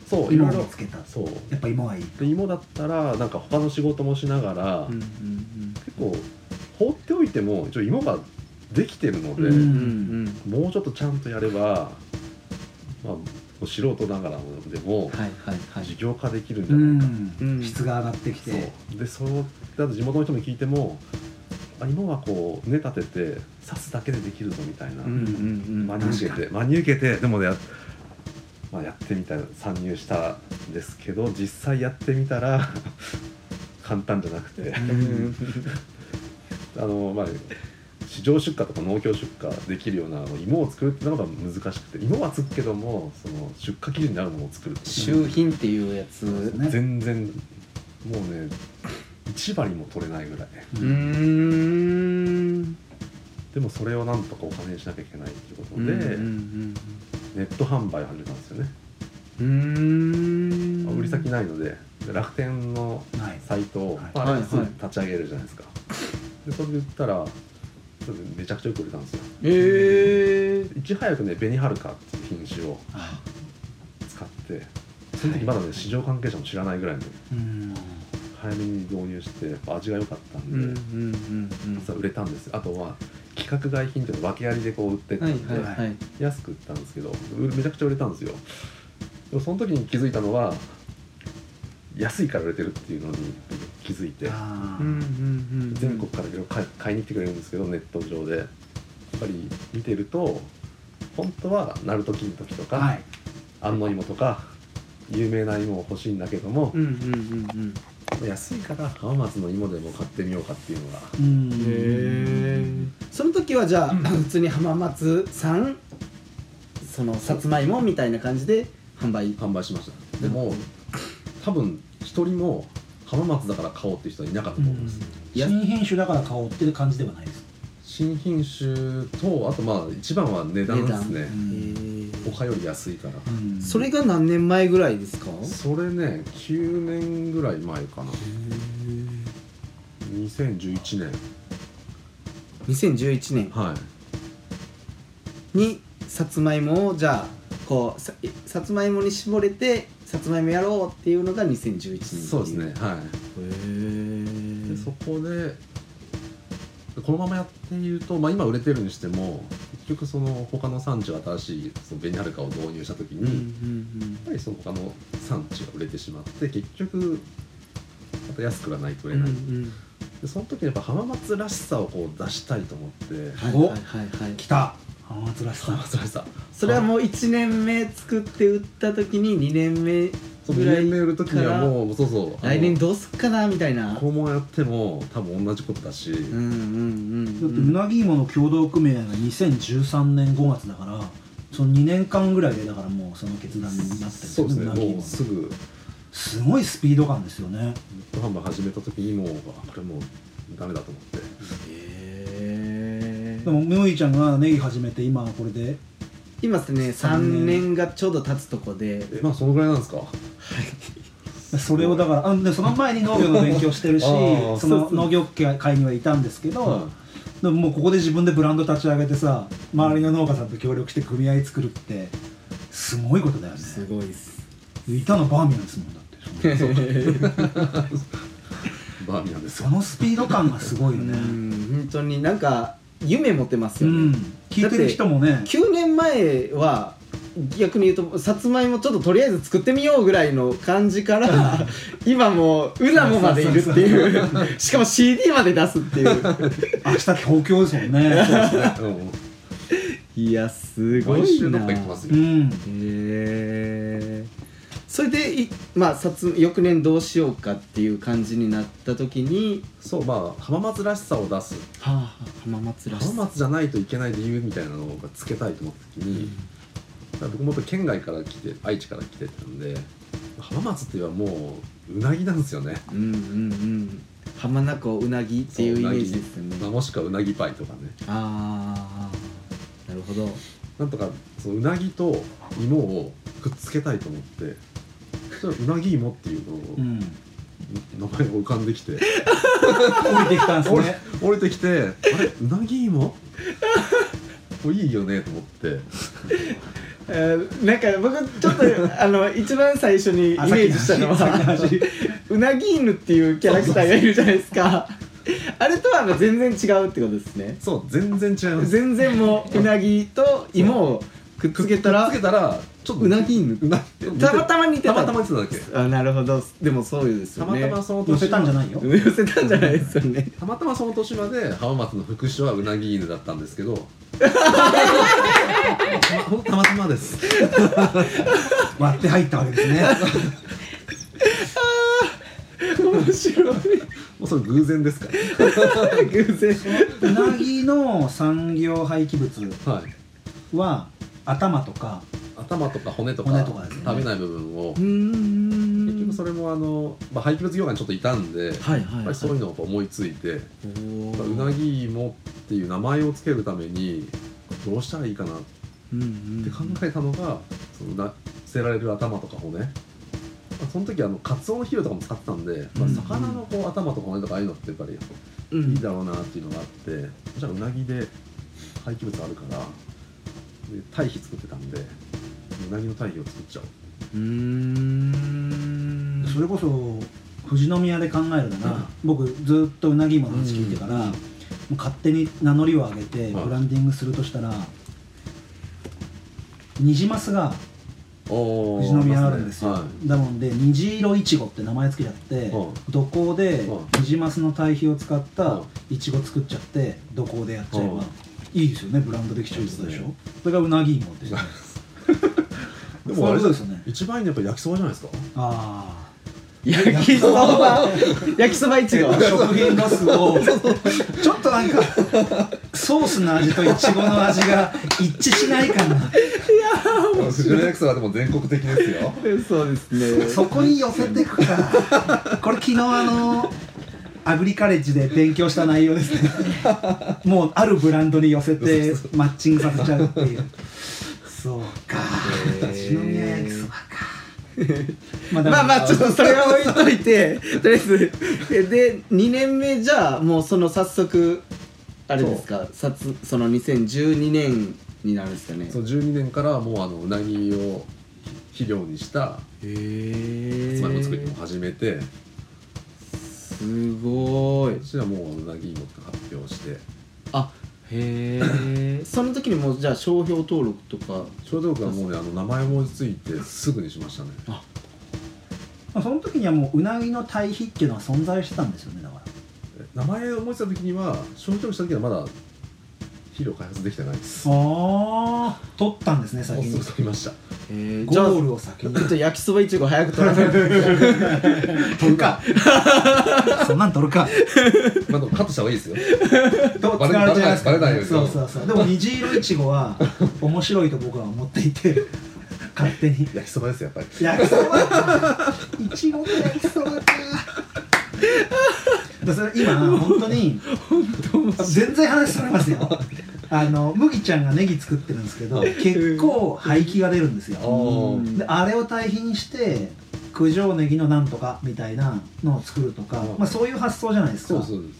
B: 芋
F: そういろいろ
B: をつけた。
F: そう
B: やっぱ芋はいい。
F: で芋だったらなんか他の仕事もしながら、
C: うんうん
F: 結構放っておいても一応芋ができてるので、
B: う
C: うんうんん
F: もうちょっとちゃんとやれば、まあ、素人ながらでも
C: はいはいはい
F: 事業化できるんじ
B: う
F: ゃないか、
B: ん、
C: うん
B: 質が上がってきて。
F: そうでそうだと地元の人に聞いてもあ芋はこう根立てて刺すだけでできるぞみたいな、
C: うんうんうん
F: 真に受けて真に受けてでもねや,、まあ、やってみたら参入したんですけど実際やってみたら簡単じゃなくてあのまあ市場出荷とか農協出荷できるようなあの芋を作るっていうのが難しくて芋はつくけどもその出荷基準になるものを作るっていう
C: 周品っていうやつ
B: ね
F: 全然もうねいち割も取れないぐらい。
C: うーん
F: でもそれをなんとかお金にしなきゃいけないっていうこと
C: うん
F: で、
C: うん
F: ネット販売を始めたんですよね、
C: うんうん
F: まあ売り先ないのでで楽天の
B: ない。
F: サイトを、
B: はい
F: まあ、あれ
C: はいはい
F: すぐ立ち上げるじゃないですか、でそれで売ったらそれでめちゃくちゃよく売れたんですよ。
C: えー
F: いち早くね紅はるかっていう品種を使ってその時まだね市場関係者も知らないぐらいの
B: うん。
F: 早めに導入してやっぱ味が良かったんで、
C: うんうんうんうん
F: 実は売れたんですよ。あとは規格外品っていうの訳ありでこう売ってった
C: はい
F: んで、
C: はいはい
F: 安く売ったんですけどうめちゃくちゃ売れたんですよ。でもその時に気づいたのは安いから売れてるっていうのに気づいて
B: あ
C: うんうんうん
F: 全国からいろいろ買い買いに来てくれるんですけどネット上でやっぱり見てると本当はナルト金時とか、
B: あ。はい。
F: 安納芋とか有名な芋を欲しいんだけども
C: う、んうんうん
F: 安いから浜松の芋でも買ってみようかっていうのが
B: うん。
C: うんへえその時はじゃあ普通に浜松産そのさつまいもみたいな感じで販売
F: 販売しました。でも多分一人も浜松だから買おうっていう人はいなかったと思います、
C: いや
B: 新品種だから買おうっていう感じではないです。
F: 新品種とあとまあ一番は値段ですね。
C: へー
F: 他より安いから、
B: うん
C: それが何年前ぐらいですか？
F: それねきゅうねんぐらい前かな。にせんじゅういちねん
C: にせんじゅういちねん
F: はい
C: にさつまいもをじゃあこうささつまいもに絞れてさつまいもやろうっていうのがにせんじゅういちねん
F: そうですねはい。
C: へえ
F: でそこでこのままやっていると、まあ、今売れてるにしても結局その他の産地が新しいその紅はるかを導入した時に、
C: うんう
F: やっ
C: ん
F: ぱりその他の産地が売れてしまって結局また安くはないと売
C: うんう
F: れない、
C: ん
F: でその時にやっぱ浜松らしさをこう出したいと思って
C: はい
B: お
C: はいはいはい
B: 来た。浜松らし
F: 浜
B: さ。
F: 松らしさ
C: それはもういちねんめ作って売った時ににねんめ
F: その
C: ぐらい
F: にねんめ売る時にはもうそうそうあの
C: 来年どうすっかなみたいな
F: こうもやっても多分同じことだし、
C: うんうんうん
B: だってうなぎ芋の協同組合がにせんじゅうさんねんごがつだからそのにねんかんぐらいでだからもうその決断になってるんです
F: そうですねもう
B: うなぎ芋
F: すぐ
B: すごいスピード感ですよね。
F: ネット販売始めた時にもうあこれもうダメだと思って
C: へえ
B: でもみおいちゃんがネギ始めて今これで
C: 今ですねさんねんがちょうど経つとこで
F: えまあそのぐらいなんですか。
B: それをだからあでその前に農業の勉強してるし
F: あー
B: その農業会にはいたんですけど、
F: は
B: でももうここで自分でブランド立ち上げてさ周りの農家さんと協力して組合作るってすごいことだよね。
C: すごいっす
B: いたのバーミヤンですもんだって
F: バーミヤンです
B: そのスピード感がすごいよ
C: う
B: ね。
C: ん本当になんか夢持てますよね、
B: うん、聞いてる人もね
C: きゅうねんまえは逆に言うとさつまいもちょっととりあえず作ってみようぐらいの感じから今もう裏もまでいるっていうしかも シーディー まで出すっていう
B: 明日東京ですもんね。
F: うん、
C: いやすごいな
F: 毎週どっか行ってますよ、
B: うん
C: へえそれでいまあさつ翌年どうしようかっていう感じになった時に
F: そうまあ浜松らしさを出す
C: はあ浜松らしさ
F: 浜松じゃないといけない理由みたいなのをつけたいと思った時に、だから僕もっと県外から来て愛知から来てたんで浜松って言えばもううなぎなんですよね。
C: うんうんうん浜名湖うなぎっていうイメージですよね
F: まあ、もしくはうなぎパイとかね
C: ああなるほど
F: なんとかそのうなぎと芋をくっつけたいと思ってそしたらうなぎ芋っていうのを、
B: うん、
F: 名前が浮かんできて
B: 降りてきたんです
F: 降り
B: ね。
F: 降りてきてあれうなぎ芋これいいよねと思って
C: えー、なんか僕ちょっとあの一番最初にイメージしたのはうなぎ犬っていうキャラクターがいるじゃないですか。あれとは全然違うってことですね。
F: そう全然違います。
C: 全然もううなぎと芋をくっつけたら
F: くっつけたらちょっと
C: うなぎ犬
F: うな
C: たまたま似てた
F: たまたま似てただけ。
C: あ、なるほど。でもそうですよね。
F: たまたまその
B: 寄せたんじゃないよ。
C: 寄せたんじゃないですよね。
F: たまたまその年まで浜松の副市長はうなぎ犬だったんですけどほんとたまたまです
B: 割って入ったわけですね。
C: 面白い。
F: もうそれ偶然ですか
C: 偶然。
B: うなぎの産業廃棄物
F: らはい
B: は頭とか
F: 頭とか骨とか
B: 骨とかですね
F: 食べない部分を
C: うーん。
F: 結局それもあの、まあ、廃棄物業界にちょっといたんで、
C: はいはい
F: やっぱりそういうのを思いついて、
C: お
F: うなぎ芋っていう名前をつけるためにどうしたらいいかなっ
C: うんうん
F: て考えたのが、そのな捨てられる頭とか骨、まあ、その時あのカツオの肥料とかも使ってたんで、まあ、魚のこう頭とか骨とかああいうのってやっぱり
C: うん
F: いいだろうなっていうのがあって、じゃあうなぎで廃棄物あるからで堆肥作ってたんでうなぎの堆肥を作っちゃおう。
C: うーん。
B: それこそ富士宮で考えるなら、僕ずっとうなぎ芋の話聞いてから、もう勝手に名乗りを上げてブランディングするとしたら、ニジマスが
F: お
B: 富士宮あるんですよ、
F: は
B: だもんで虹色いちごって名前つけちゃって、
F: は
B: 土工で
F: は
B: ニジマスの堆肥を使った
F: はい
B: ちご作っちゃって土工でやっちゃえば、
F: はい
B: いですよね。ブランドできちゃうってことでしょ。それがうなぎ芋ですよね。
F: い、で
B: そういう
F: もあれ
B: ことですよね。
F: 一番いいのはやっぱ焼きそばじゃないですか。
B: あ
C: 焼きそば。焼きそばいちご。
B: あ、食品ロスをちょっとなんかソースの味といちごの味が一致しないかな。
F: 富士宮焼きそばでも全国的ですよ。
C: そうですね。
B: そこに寄せていくか。これ昨日あのアグリカレッジで勉強した内容ですね。もうあるブランドに寄せてマッチングさせちゃうっていう。そうか。富士宮焼きそばか。ま
C: まあまあちょっとそれは置いといて、とりあえずでにねんめじゃあもうその早速あれですか、さつそのにせんじゅうにねんになるんですかね。
F: そうじゅうにねんからもうあのうなぎを肥料にした
C: へえ。
F: つまみを作りも始めて、
C: すごい。
F: そしたらもううなぎ芋って発表して、
C: あ、へえ。その時にもうじゃあ商標登録とか。
F: 商標登録はもうねあの名前思いついてすぐにしましたね。
B: まあその時にはもううなぎの堆肥っていうのは存在してたんですよね。だから
F: 名前を思いついた時には商標登録した時はまだ肥料開発できてないです。
B: ああ、取ったんですね先に。
F: もうすぐ取りました。
C: えー、
B: ゴ
C: じゃあ
B: ールを先に
C: ちょっと焼きそばいちご早く取らないと。
B: 取るか。そんなん取るか。
F: まあでもカットした方がいいですよ。
B: と
F: バレ
B: 使われちゃいますから
F: バレないように
B: そうそうそう。でも虹色いちごは面白いと僕は思っていて、勝手に
F: 焼きそばですよやっぱり。
B: 焼きそばいちごの焼きそばか。だそれ今本当に全然話それますよ。あの麦ちゃんがネギ作ってるんですけど、結構廃棄が出るんですよ。
F: ー
B: であれを堆肥にして九条ネギのなんとかみたいなのを作るとか、
F: うん
B: まあ、そういう発想じゃないですか。
F: そうそうです。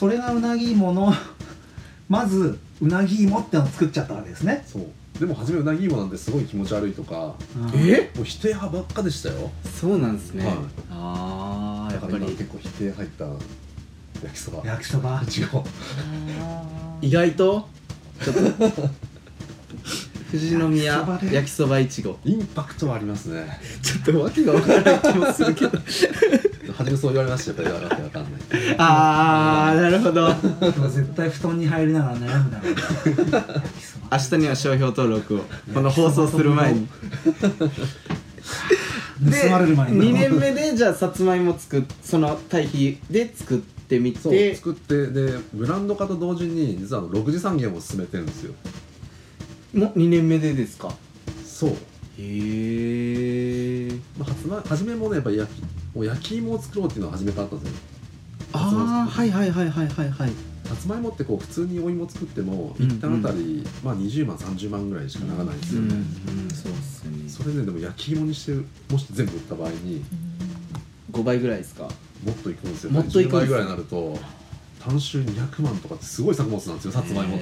B: それがうなぎ芋のまずうなぎ芋ってのを作っちゃったわけですね。
F: そう。でも初めうなぎ芋なんてすごい気持ち悪いとか、
C: え？
F: もう否定派ばっかでしたよ。
C: そうなんですね。
F: はい
C: ああ、や
F: だから
C: っぱり
F: 今結構否定入った焼きそば。
B: 焼きそば
F: 違う。
C: 意外とちょっと富士宮
B: 焼きそばで
C: 焼きそばいちご。
F: インパクトはありますね。
C: ちょっとわけがわからない気もするけど。
F: 初めそう言われましたよ。やっぱりわけわかんない。
C: ああ、なるほど。
B: でも絶対布団に入りながら悩むだろうな。焼きそば
C: 明日には商標登録をこの放送する前に。
B: 盗まれる前に
C: にねんめでじゃあさつまいも作っその堆肥で作ってみ
F: そう
C: て、
F: 作ってでブランド化と同時に実はあのろく次産業も進めてるんですよ。
C: もうにねんめでですか。
F: そう。
C: へえ。
F: まあ、初ま初めもねやっぱり焼きもう焼き芋を作ろうっていうのが初めからあったんですよ。
C: ああ、はいはいはいはいはいはい。
F: さつまいもってこう普通にお芋作っても
C: うんうん
F: 一旦あたり、まあ、にじゅうまんさんじゅうまんぐらいしかならないんですよね。
C: そうっすよね。
F: それででも焼き芋にしてもし全部売った場合に
C: ごばいぐらいですか。
F: もっといくんですよ。
C: もっといくんです
F: じゅうばいぐらいになると単種にひゃくまんとかってすごい作物なんですよ、さつまいもって。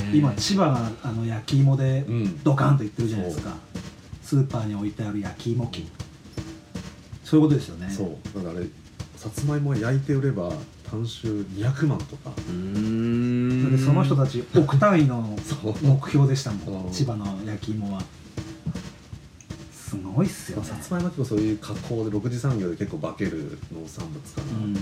B: 今千葉があの焼き芋で
F: うん
B: ドカンといってるじゃないですか、スーパーに置いてある焼き芋機、そういうことですよね。
F: そうだからあれさつまいも焼いて売れば単種にひゃくまんとか。
C: うーん
B: でその人たち億単位の
F: そう
B: 目標でしたもん
F: うん
B: 千葉の焼き芋は。すごいっすよね。
F: さつまいもは結構そういう加工でろく次産業で結構化ける農産物かなと思って、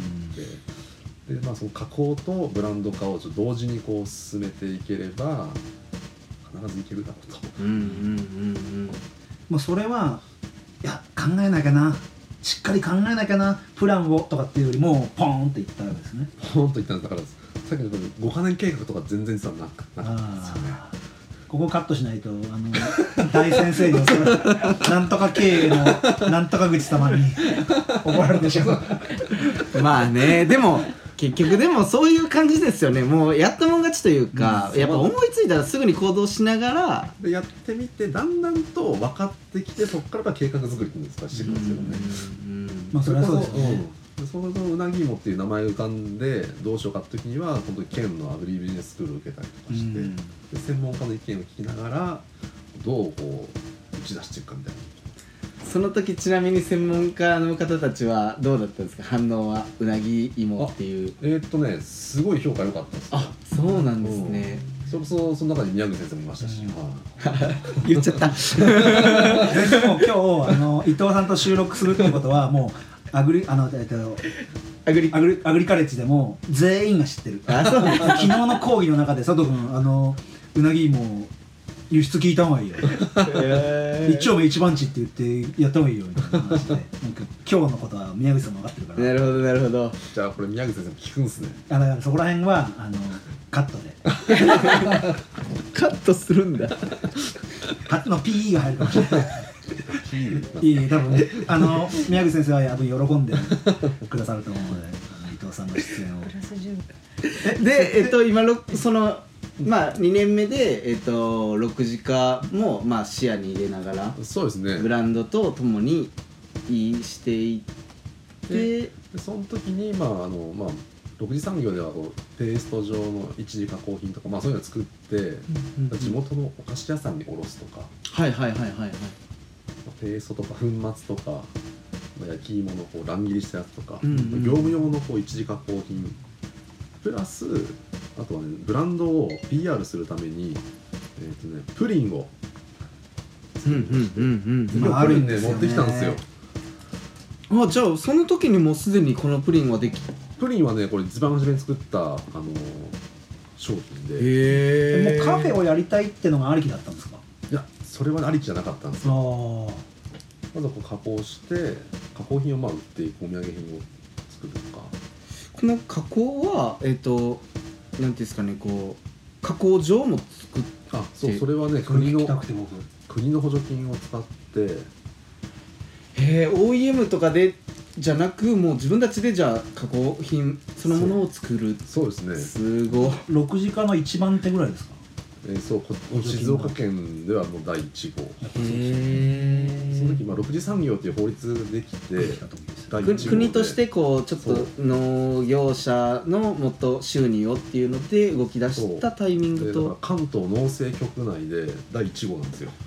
F: でまあその加工とブランド化をちょっと同時にこう進めていければ必ずいけるだろうと。
C: うんうんうん
B: もうそれはいや考えなきゃな、しっかり考えなきゃなプランをとかっていうよりもポーンっていったわけですね。
F: ポーンと言ったんだからさっきのごかねん計画とか全然実はなくなかったんですよね。
B: あーここカットしないとあの大先生にそれなんとか経営のなんとか口様に怒られてしまう。
C: うんまあね、でも結局でもそういう感じですよね。もうやったもん勝ちというか、
F: うん
C: やっぱ思いついたらすぐに行動しながら
F: でやってみてだんだんと分かってきてそこからが計画作りっていうんですかしていくんですよね。
C: うん
B: まあそれはそうですよね。
F: うんでそのうなぎ芋っていう名前が浮かんでどうしようかって時には本当に県のアグリビジネススクールを受けたりとかして、
B: うん
F: で専門家の意見を聞きながらどうこう打ち出していくかみたいな。
C: その時ちなみに専門家の方たちはどうだったんですか、反応は。うなぎ芋っていう。
F: えーっとねすごい評価良かったですよ。
C: あ、そうなんですね。
F: それこそその中に宮口先生もいましたし、
B: うん
F: はい
C: 言っちゃった
B: でも今日あの伊藤さんと収録するっていうことはもうアグリあの、えっと、
C: アグリ
B: アグリアグリカレッジでも全員が知ってる。
C: あ、そうなんです
B: 昨日の講義の中で佐藤君あのうなぎ芋輸出聞いた方がいいよ、
C: へー
B: 一丁目一番地って言ってやった方がいいよみたいな話でなんか今日のことは宮口さんも分かってるから
C: なるほどなるほど。
F: じゃあこれ宮口先生も聞くんすね。
B: あだからそこら辺はあのカットで
C: カットするんだ。
B: カットの ピー が入るかもしれないいい多分あの宮口先生は多分喜んでくださると思うのであの伊藤さんの出演を
D: プラスじゅう
C: で、えっと、今ろそのまあにねんめで、えっと、ろく次化も、まあ、視野に入れながら
F: そうですね。
C: ブランドとともにいしていって、
F: でその時にまああのまあろく次産業ではこうペースト状の一次加工品とか、まあ、そういうのを作って、地元のお菓子屋さんに卸すとか、
C: はいはいはいはいはい。
F: ペーストとか粉末とか、まあ、焼き芋のこう乱切りしたやつとか、
C: うんうん
F: 業務用のこう一次加工品プラスあとはねブランドを ピーアール するために、えーとね、プリンを
C: うんうんうんうん。
B: まあ
F: プリン
B: あるんですよね
F: ね持ってきたんですよ。
C: あ、じゃあその時にもうすでにこのプリンはでき
F: プリンはねこれ一番初めに作った、あのー商品で、
C: へ
B: もうカフェをやりたいってのがありきだったんですか。
F: いやそれはありきじゃなかったんです
B: あ
F: よ。
B: あ
F: まずはこう加工して加工品をまあ売っていくお土産品を作るとか。
C: この加工はえっ、となんていうんですかね、こう加工場も作っ
F: あそうそれはね
B: それ聞
F: 国の
B: きたくて僕
F: 国の補助金を使って
C: へえ、オーイーエム とかでじゃなくもう自分たちでじゃあ加工品そのものを作る。
F: そうですね、
C: すごい。
B: ろく次化の一番手ぐらいですか。
F: えーそうこ静岡県ではもうだいいち号。
B: やっぱそうですよね
C: へ
F: その時まあろく次産業っていう法律ができて
B: 来た時ですよ
F: だいいち号で
C: 国としてこうちょっと
F: そう
C: 農業者のもっと収入をっていうので動き出したタイミング
F: でだから
C: と。
F: 関東農政局内でだいいち号なんですよ。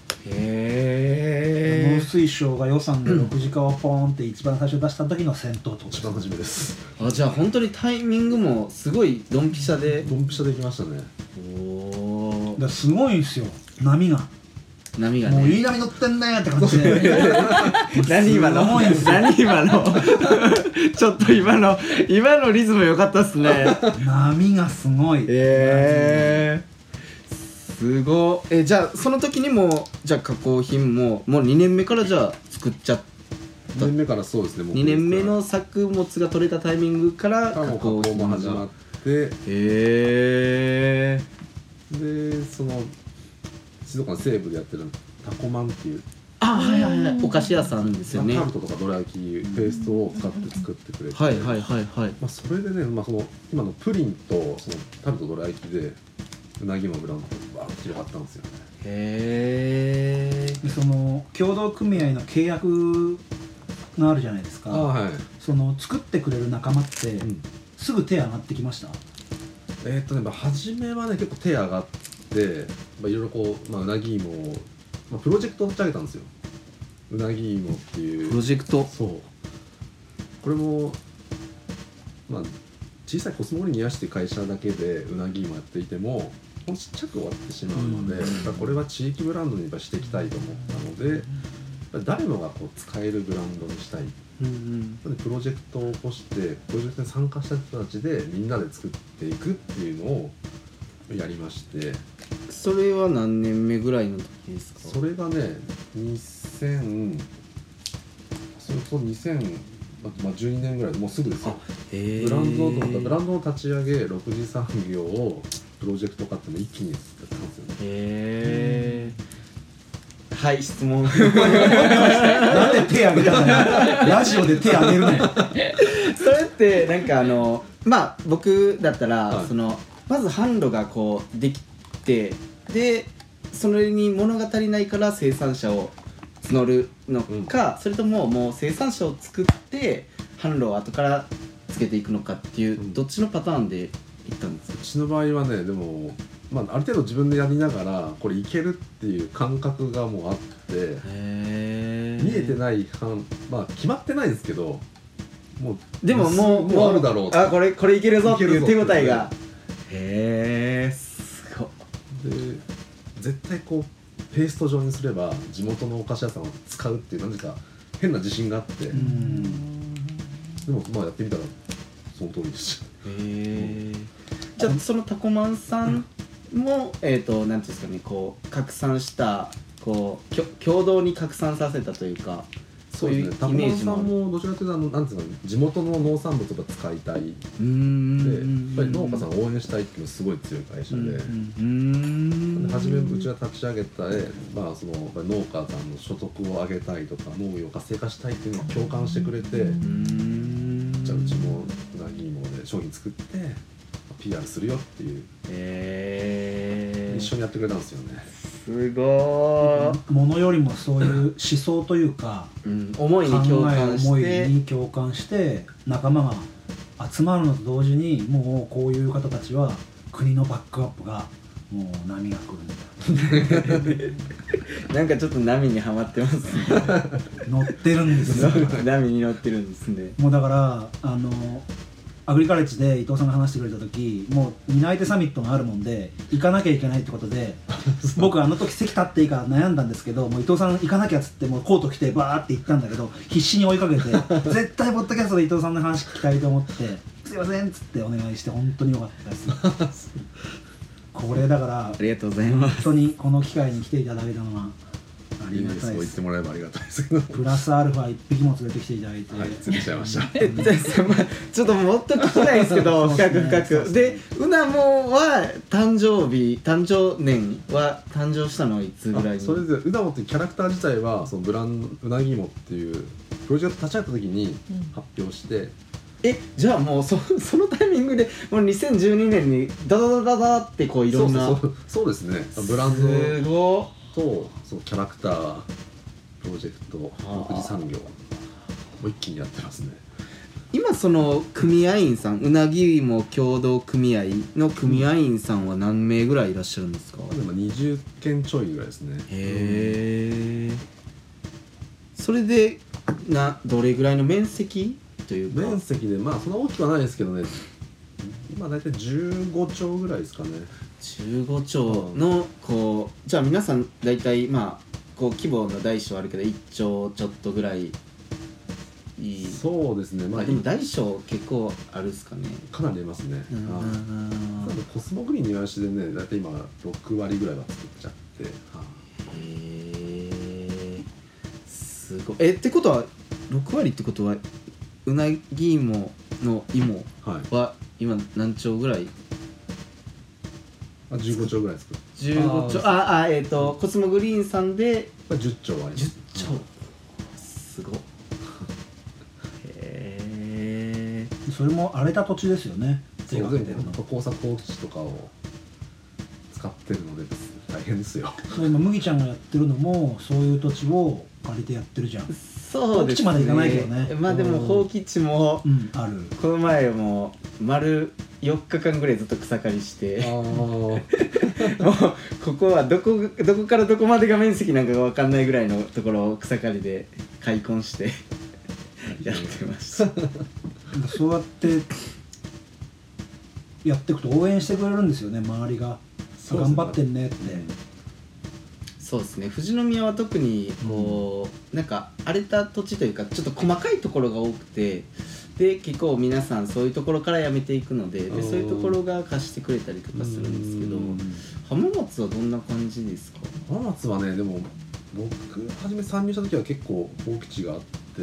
C: へ
B: 農水省が予算でろく次化をポーンって一番最初出した時の先頭ってことです
F: 一番初めです。
C: あ、じゃあ本当にタイミングもすごいドンピシャで。
F: ドンピシャできましたね。
C: おお
B: だからすごいんですよ波が
C: 波が
B: もういい
C: ね。
B: 波乗ってんねって感じで
C: 何今の
B: すごいんですよ
C: 何今のちょっと今の今のリズム良かったっすね。
B: 波がすごい
C: えー、すごい。え、じゃあその時にもじゃあ加工品ももうにねんめからじゃあ作っちゃっ
F: にねんめからそうですね。もう
C: にねんめの作物が取れたタイミングから加
F: 加工
C: 工品が
F: も始まって
C: へえ
F: でその静岡の西部でやってるタコマンっていう
C: あ、はいはいはい、お菓子屋さんですよね。
F: タルトとかどら焼きペーストを使って作ってくれて、
C: はいはいはいはい。
F: まあ、それでね、まあ、その今のプリンとそのタルトどら焼きでうなぎのブランドがバーッと広がったんですよね。
C: へえ。
B: でその協同組合の契約があるじゃないですか。
F: はい、
B: その作ってくれる仲間って、
F: うん、
B: すぐ手上がってきました？
F: えーっとね、まあ、初めはね結構手上がって、まあ、いろいろこう、まあ、うなぎ芋を、まあ、プロジェクトを立ち上げたんですよ。うなぎ芋っていう
C: プロジェクト。
F: そうこれもまあ小さいコスモグリーン宮市っていう会社だけでうなぎ芋やっていてもほんとちっちゃく終わってしまうので、
B: うん
F: やっぱこれは地域ブランドにやっぱしていきたいと思ったので、やっぱり誰もがこう使えるブランドにしたい。
C: うんうん
F: なのでプロジェクトを起こしてプロジェクトに参加した人たちでみんなで作っていくっていうのをやりまして、
C: それは何年目ぐらいの時ですか？
F: それがねにせんそれこそにせんまあじゅうにねんぐらい、もうすぐですよ。
C: へー
F: ブランドとかブランドを立ち上げろく次産業をプロジェクト化っていうのを一気にやったんですよね。
C: へーはい、質問。
B: なんで手挙げたのよ。ラジオで手挙げるなよ。
C: それってなんかあのまあ僕だったら、
F: はい
C: そのまず販路がこうできて、でそれに物が足りないから生産者を募るのか、それとももう生産者を作って販路を後からつけていくのかっていう、
F: うん
C: どっちのパターンでいったんですか？
F: うちの場合はねでも、まあ、ある程度自分でやりながらこれいけるっていう感覚がもうあって、
C: へー
F: 見えてない範まあ決まってないですけどもう
C: でももう
F: もうあるだろう
C: あこれこれいけるぞっていう手
F: いけるぞ
C: 応えが。へえ、すごい。
F: で絶対こうペースト状にすれば地元のお菓子屋さんは使うっていう何か変な自信があって、
B: うん。
F: でもまあやってみたらその通りでした。
C: へえ。じゃあそのタコマンさんも、えっとなんていうんですかね、こう拡散したこうきょ共同に拡散させたというか、そういうイメ
F: タコマン
C: ージもある。
F: さんもどちらかというとあのなんていうの地元の農産物が使いたいで、
C: うーん。
F: やっぱり農家さんを応援したいっていうのがすごい強い会社で。
C: うーん。
F: で初めうちが立ち上げた、まあ、そのやっぱり農家さんの所得を上げたいとか農業を活性化したいっていうのを共感してくれて、
C: うーん。
F: じゃあうちもうなぎ芋で商品作って ピーアール するよっていう、
C: へえ。
F: 一緒にやってくれたんですよね。
C: すごー。
B: ものよりもそういう思想というか
C: うん、思い
B: 考
C: に共
B: え
C: 感
B: 思い
C: して。
B: に共感して仲間が集まるのと同時にもうこういう方たちは国のバックアップがもう波が来るんだ
C: なんかちょっと波にはまってますね。
B: 乗ってるんですよ。
C: 波に乗ってるんですね。
B: もうだからあのアグリカレッジで伊藤さんが話してくれた時もう担い手サミットがあるもんで行かなきゃいけないってことで僕あの時席立っていいか悩んだんですけどもう伊藤さん行かなきゃっつってもうコート着てバーって行ったんだけど必死に追いかけて絶対ポッドキャストで伊藤さんの話聞きたいと思ってすいませんっつってお願いして本当によかったですこれだから
C: ありがとうございます。
B: 本当にこの機会に来ていただけたのはありがたいです
F: そう言ってもらえばありがたいですけど、
B: プラスアルファ一匹も連れてきていただいて、
F: はい、釣れちゃいました。
C: えじゃあまあちょっともっと聞きたいんですけど
B: そう
C: 深く
B: そうですね
C: 深くでうなもは誕生日誕生年は誕生したのはいつぐらいに？
F: あそれでうなもっていうキャラクター自体はそのブランうなぎ芋っていうプロジェクト立ち上げた時に発表して、
C: えじゃあもうそそのタイミングでもうにせんじゅうにねんにダダダダダってこういろんな
F: そうそうそうそうですねブラン
C: す
F: ド
C: ご
F: とそのキャラクタープロジェクト
C: はあ
F: 六次産業もう一気にやってますね。
C: 今その組合員さんうなぎ芋協同組合の組合員さんは何名ぐらいいらっしゃるんですか？
F: でもにじゅっけんちょいぐらいですね。
C: へえ。それでなどれぐらいの面積というか？
F: 面積でまあそんな大きくはないですけどね今大体じゅうごちょうぐらいですかね。
C: じゅうごちょうのこうじゃあ皆さん大体まあこう規模の大小あるけどいっちょうちょっとぐらいいい。
F: そうですねまあ
C: あでも大小結構あるっすかね。
F: かなり出ますね。
C: うん
F: はい多分コスモグリーンにわしでね大体今ろくわりぐらいは作っちゃって、は
C: へえ。すごい。えってことはろくわりってことはうなぎ芋の芋
F: いはい
C: は今何丁ぐらい？
F: まあ、じゅうごちょうぐらい作る。
C: じゅうごちょうああえっ、ー、とコスモグリーンさんで
F: まあ、じゅっちょうはあります。
C: じゅっちょうすごい。へえ。
B: それも荒れた土地ですよね
F: そう
B: 手がけてるの
F: でも工作放棄地とかを使ってるので大変ですよ。
B: そう今麦ちゃんがやってるのもそういう土地を借りてやってるじゃん。
C: そうですね。
B: 放棄地まで行かないけどね。
C: まあでも放棄地も
B: うんある。
C: この前も丸よっかかんぐらいずっと草刈りしてもうここはどこどこからどこまでが面積なんかが分かんないぐらいのところを草刈りで開墾してやってました。
B: そうやってやっていくと応援してくれるんですよね、周りが。頑張ってんねって。
C: そうですね。富士宮は特にこう、うん、なんか荒れた土地というかちょっと細かいところが多くて、で結構皆さんそういうところからやめていくので、でそういうところが貸してくれたりとかするんですけど、浜松はどんな感じですか？
F: 浜松はね、でも僕初め参入した時は結構放棄地があって、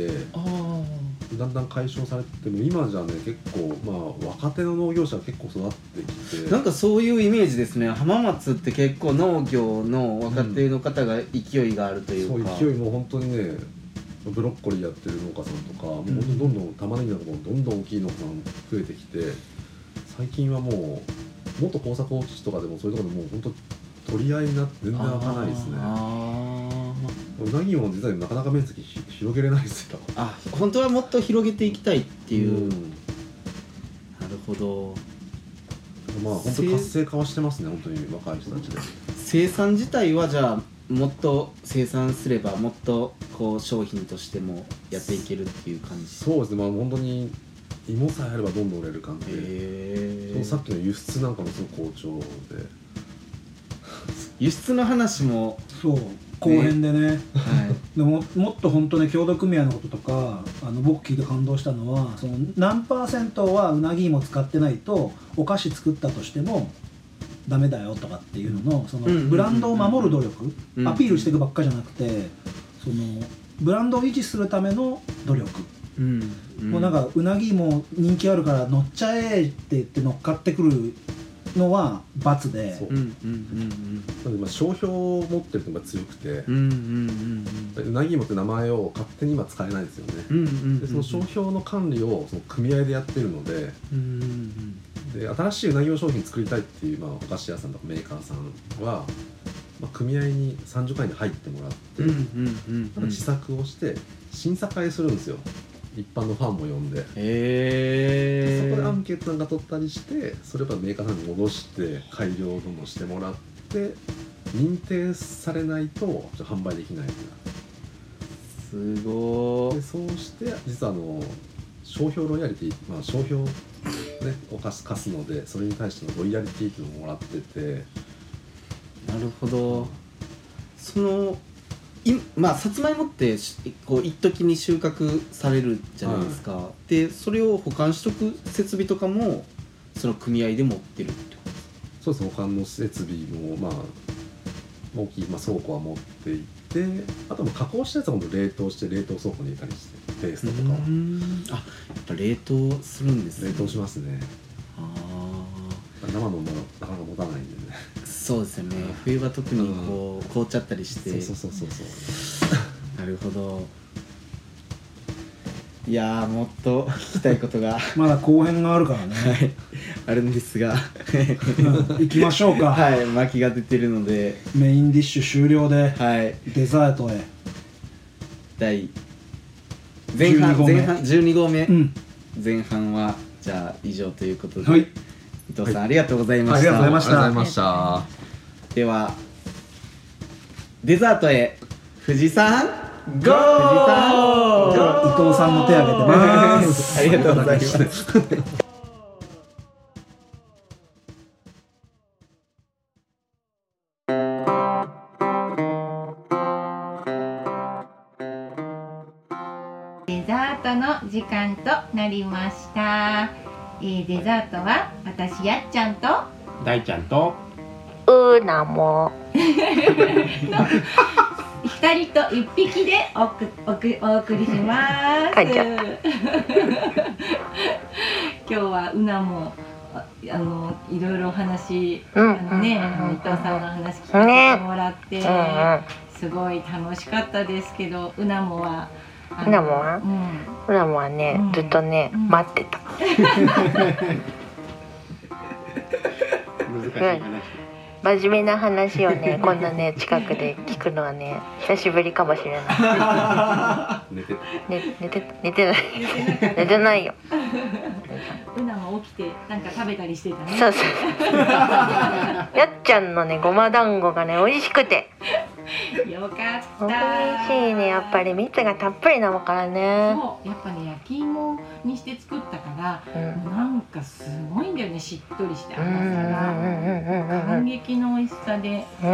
F: あだんだん解消されても今じゃね結構まあ若手の農業者が結構育ってきて、
C: なんかそういうイメージですね。浜松って結構農業の若手の方が勢いがあるというか、
F: うん、そう勢いも本当にね、ブロッコリーやってる農家さんとか、もう本当にどんどん玉ねぎのところどんどん大きい農家さん増えてきて、最近はもうもっと耕作放棄地とかでもそういうところでもう本当取り合いになって全然開かないですね。うなぎも実はなかなか面積広げれないですよ。
C: あ、本当はもっと広げていきたいっていう、うん、なるほど。
F: まあ本当活性化はしてますね、本当に若い人たちで。
C: 生産自体はじゃあもっと生産すればもっとこう商品としてもやっていけるっていう感じ。
F: そうですね、まあ本当に芋さえあればどんどん売れる感じで、そのさっきの輸出なんかもすごく好調で、
C: 輸出の話も
B: そう後編でね、はい、でももっと本当ね協同組合のこととかあの僕聞いて感動したのは、その何パーセントはうなぎ芋使ってないとお菓子作ったとしてもダメだよとかっていうのの、そのブランドを守る努力、アピールしていくばっかじゃなくて、そのブランドを維持するための努力、うんうん、もうなんかうなぎ芋人気あるから乗っちゃえって言って乗っかってくるのは罰で、
F: そう、うんうんうんうん、まあ商標を持ってるのが強くて、うんうんうんうん、うなぎ芋って名前を勝手に今使えないですよね、うんうんうんうん、でその商標の管理をその組合でやってるので、うんうんうん、で新しいうなぎ芋商品作りたいっていう、まあ、お菓子屋さんとかメーカーさんは、まあ、組合にさんじゅっかいに入ってもらって、うんうんうんうん、試作をして審査会するんですよ、一般のファンも呼んで、へー、そこでアンケートなんか取ったりして、それをメーカーさんに戻して改良をどんどんしてもらって、認定されないと販売できないという。
C: すごー。で
F: そうして実はあの商標ロイヤリティ、まあ、商標、ね、を貸す、貸すので、それに対してのロイヤリティっていうのをもらってて。
C: なるほど。そのいまあ、さつまいもってこう一時に収穫されるじゃないですか、はい、でそれを保管しとく設備とかもその組合で持ってるってことですか？
F: そうですね、保管の設備も、まあ、大きい、まあ、倉庫は持っていて、あとも加工したやつは冷凍して冷凍倉庫に入れたりして、ペーストとかは。
C: うーん、あ、やっぱ冷凍するんですね。
F: 冷凍しますね。あ生のものなかなか持たないんでね。
C: そうですよね、冬は特にこう、うん、凍っちゃったりして。
F: そうそうそうそう
C: なるほど。いやー、もっと聞きたいことが
B: まだ後編があるからね、
C: はい、あるんですが
B: 行きましょうか。
C: はい、巻きが出てるので
B: メインディッシュ終了で、
C: はい、
B: デザートへ
C: 第前半前半じゅうにごうめ、うん、前半はじゃあ以上ということで、はい、伊藤さん、はい、ありがとうございました。
B: ありがとうございました。
F: ありがとうございました。
C: ではデザートへ富士山ゴー。富士山
B: 伊藤さんの手を挙げてます
C: ありがとうございます
D: デザートの時間となりました、えー、デザートは私やっちゃんと
E: 大ちゃんと
A: うなも
D: 二人と一匹でおくおくお送りします
A: 書いちゃった
D: 今日はうなもあのいろいろお話、うん、あのね、あの伊藤さんの話聞かせてもらって、ね、すごい楽しかったですけど、うなもは
A: うなもは、うん、うなもはね、うん、ずっとね、うん、待ってた
E: 難しい話、
A: 真面目な話をねこんなね近くで聞くのはね久しぶりかもしれない
F: 寝てた。
A: ね、寝て寝てない寝てないよ
D: うなも起きてなんか食べたりしてたね。
A: そうそうやっちゃんのねごま団子がね美味しくて
D: よかった。
A: 美味しいね。やっぱり蜜がたっぷりなのからね。
D: そうやっぱね焼き芋にして作ったから、
A: うん
D: もうなんかすごいんだよね、しっとりして
A: うんうん
D: 甘さが
A: うんうんうん
D: 感激の美味しさで、
A: ね
D: うん、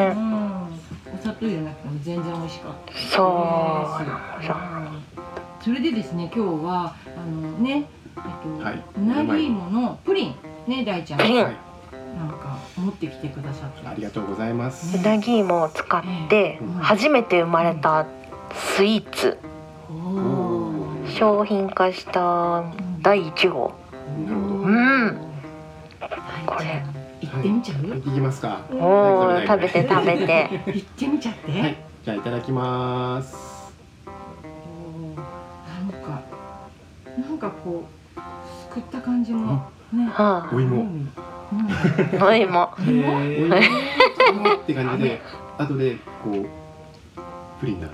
D: お砂糖じゃなくても全然美味しかったです。
A: そう
D: うんそれでですね、今日はあのね、えっと、
E: はいう
D: なぎ芋のプリンね、大ちゃん
A: プリン
E: はい、
D: なんか持ってきてくださって
E: ありがとうございます。
A: うなぎ芋を使って初めて生まれたスイーツ、
D: おー
A: 商品化しただいいち号。
E: なるほど。
A: うん
D: これ行ってみちゃう？
E: 行ってきますか。
A: おー食べて食べて
D: 行ってみちゃって。
E: はい、じゃあいただきます。
D: おーなんかなんかこうすくった感じもね。
A: は
E: お芋。
D: うん
A: あお芋
E: お芋って感じで、後でこうプリンだ。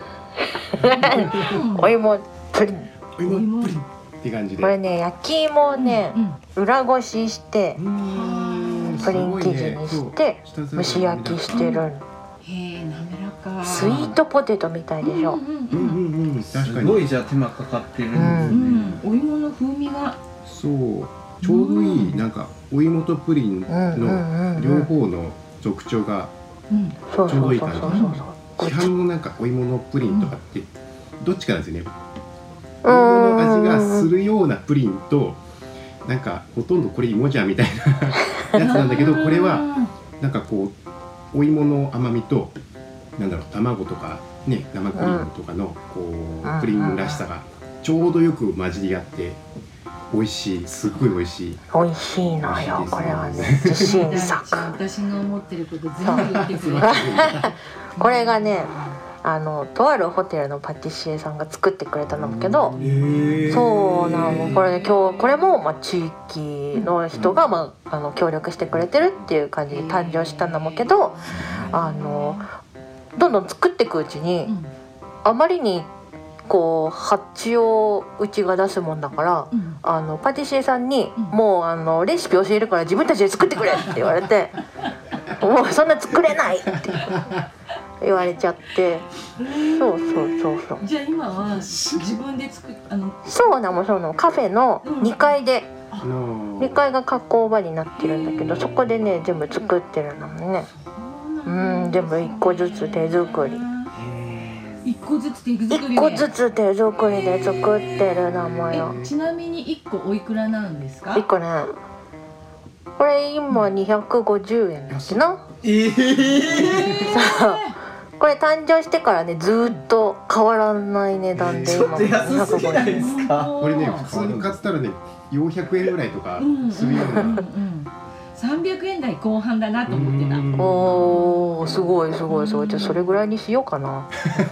A: お芋プリン。
E: お芋プリンって感じで。
A: これね焼き芋をね
D: うん
A: 裏ごしして
E: うーん
A: プリン生地にして蒸し焼きしてる。
D: へえ、滑らか。
A: スイートポテトみたいでしょ。
D: うんうん
E: うんうんうん、確か
C: す
E: に。
C: ごいじゃあ手間かかってるんです
A: う
C: ね、
D: うん、お芋の風味が。
E: そう、ちょうどいいなんかお芋とプリン
A: うんうん
E: の
A: うんうん
E: 両方の特徴が、
D: うん、
A: そうそうそうそう
E: ちょ
A: そう
E: 市販のなんかお芋のプリンとかってどっちかなんですよね。お
A: うん
E: 芋の味がするようなプリンと、なんかほとんどこれ芋じゃんみたいなやつなんだけど、これはなんかこうお芋の甘みとなんだろう、卵とかね、生クリームとかのこ
A: うん
E: うプリンらしさがちょうどよく混じり合って美味しい、すっごい美味しい。
A: 美味しいのよこれはね自信作。
D: 私の思ってること全部言ってくれて。
A: これがねあのとあるホテルのパティシエさんが作ってくれたんだけど、そうなの。これ今日これもまあ地域の人がまああの協力してくれてるっていう感じで誕生したんだもんけど、あのどんどん作っていくうちに
D: うん
A: あまりにこう発注をうちが出すもんだから、
D: うん
A: あのパティシエさんに、
D: うん
A: もうあのレシピ教えるから自分たちで作ってくれって言われてもうそんな作れないって言われちゃって、そうそうそうそう
D: じゃあ今は自分で作っあの
A: そうなのそうなの。カフェのにかいで、
E: の
A: にかいが加工場になってるんだけど、そこでね全部作ってるのもね。うん全部いっこずつ手作り、
D: 一個ずつ手作りで。
A: いっこずつ手作りで作ってるのもよ。
D: えちなみに一個おいくらなんですか？
A: いっこねこれ今にひゃくごじゅうえんだっけな。
C: ええ
A: そうこれ誕生してからねずーっと変わらない値段で今も
C: 安すぎないですか？
E: これね普通に買ったらねよんひゃくえんぐらいとか
D: うん
E: するような。
D: うんうんうんさんびゃくえん台後半だなと思ってた。
E: うん
A: おーすごいすごいすごい。じゃあそれぐらいにしようかな。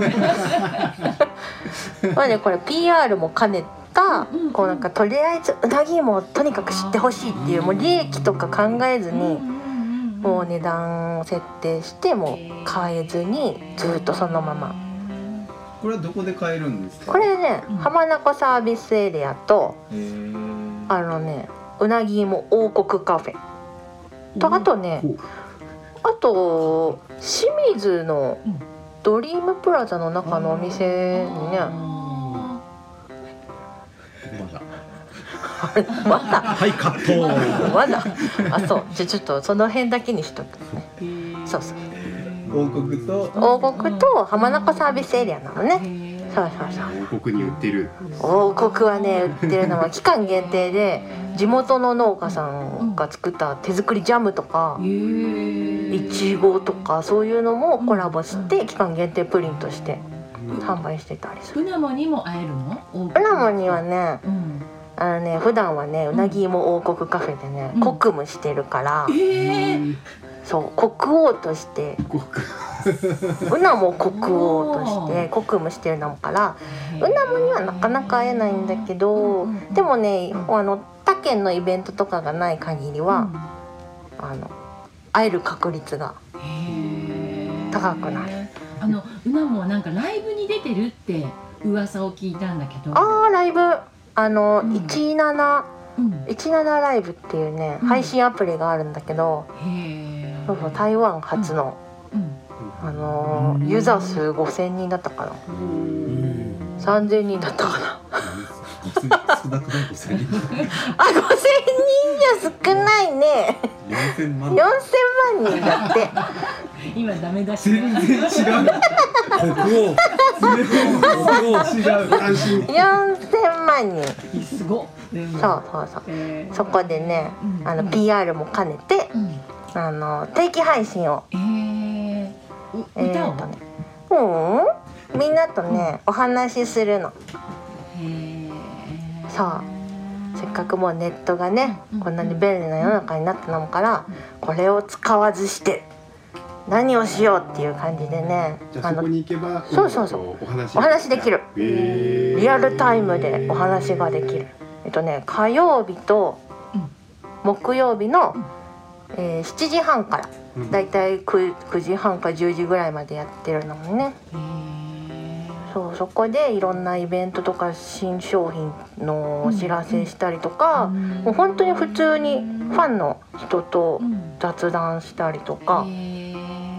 A: まあねこれ ピーアール も兼ねたこうなんかとりあえずうなぎ芋をとにかく知ってほしいっていうもう利益とか考えずにもう値段を設定してもう変えずにずっとそのまま。
C: これはどこで買えるんですか？
A: これね
D: うん
A: 浜名湖サービスエリアと
C: へー
A: あのねうなぎ芋王国カフェとあとね
E: ほう
A: あと清水の
D: うん
A: ドリームプラザの中のお店にね
D: あ
F: まだ
A: まだ
B: はいカット。
A: まだあそうじゃあちょっとその辺だけにしとくね。
D: ー
A: そうそう
C: 王国と
A: 王国と浜名湖サービスエリアなのね。そうそうそう
E: 王国に売ってる。
A: 王国はね売ってるのは期間限定で地元の農家さんが作った手作りジャムとか
D: へー
A: いちごとかそういうのもコラボして期間限定プリンとして販売してたりする。
D: うなもにも会えるの？
A: うなもんにはね
D: うん。
A: あのね普段はねうなぎ芋王国カフェでね、
D: うん
A: コクムしてるから、
D: ええ。
A: そう国王としてうなも国王としてコクムしてるのからうなもにはなかなか会えないんだけど、でもねあの他県のイベントとかがない限りは、あの会える確率が高くなる。
D: あのうなもはなんかライブに出てるって噂を聞いたんだけど。
A: ああライブあの、うん、じゅうなな、
D: うん、
A: じゅうななライブっていうね、うん、配信アプリがあるんだけど、
D: へ
A: そうそう台湾初の、うんうん、あのー、ユーザー数ごせんにんだったかな、さんぜんにんだったかな
E: 少なくないごせんにん
A: あ、ごせんにんじゃ少ないね。
E: よんせんまん
A: よんせんまんにんだって
D: 今ダメ出し
E: 全然違う
B: 国王国王違う
E: 安心
A: よんせんまんにん
D: すごっ。
A: そうそうそう、えー、そこでね、うん、あの ピーアール も兼ねて、うん、あの定期配信を
D: えー、歌を、
A: えーとね、うんみんなとね、うん、お話しするの。へーそうせっかくもうネットがね、うん、こんなに便利な世の中になったのから、うん、これを使わずして何をしようっていう感じでね、
E: じゃあそこに行けば
A: そうそうそうお話、お話できる、えー、リアルタイムでお話ができる。えっとね火曜日と木曜日の、えー、しちじはんからだいたい 9, 9時半かじゅうじぐらいまでやってるのもね、そうそこでいろんなイベントとか新商品のお知らせしたりとか、うん、もう本当に普通にファンの人と雑談したりとか、うん、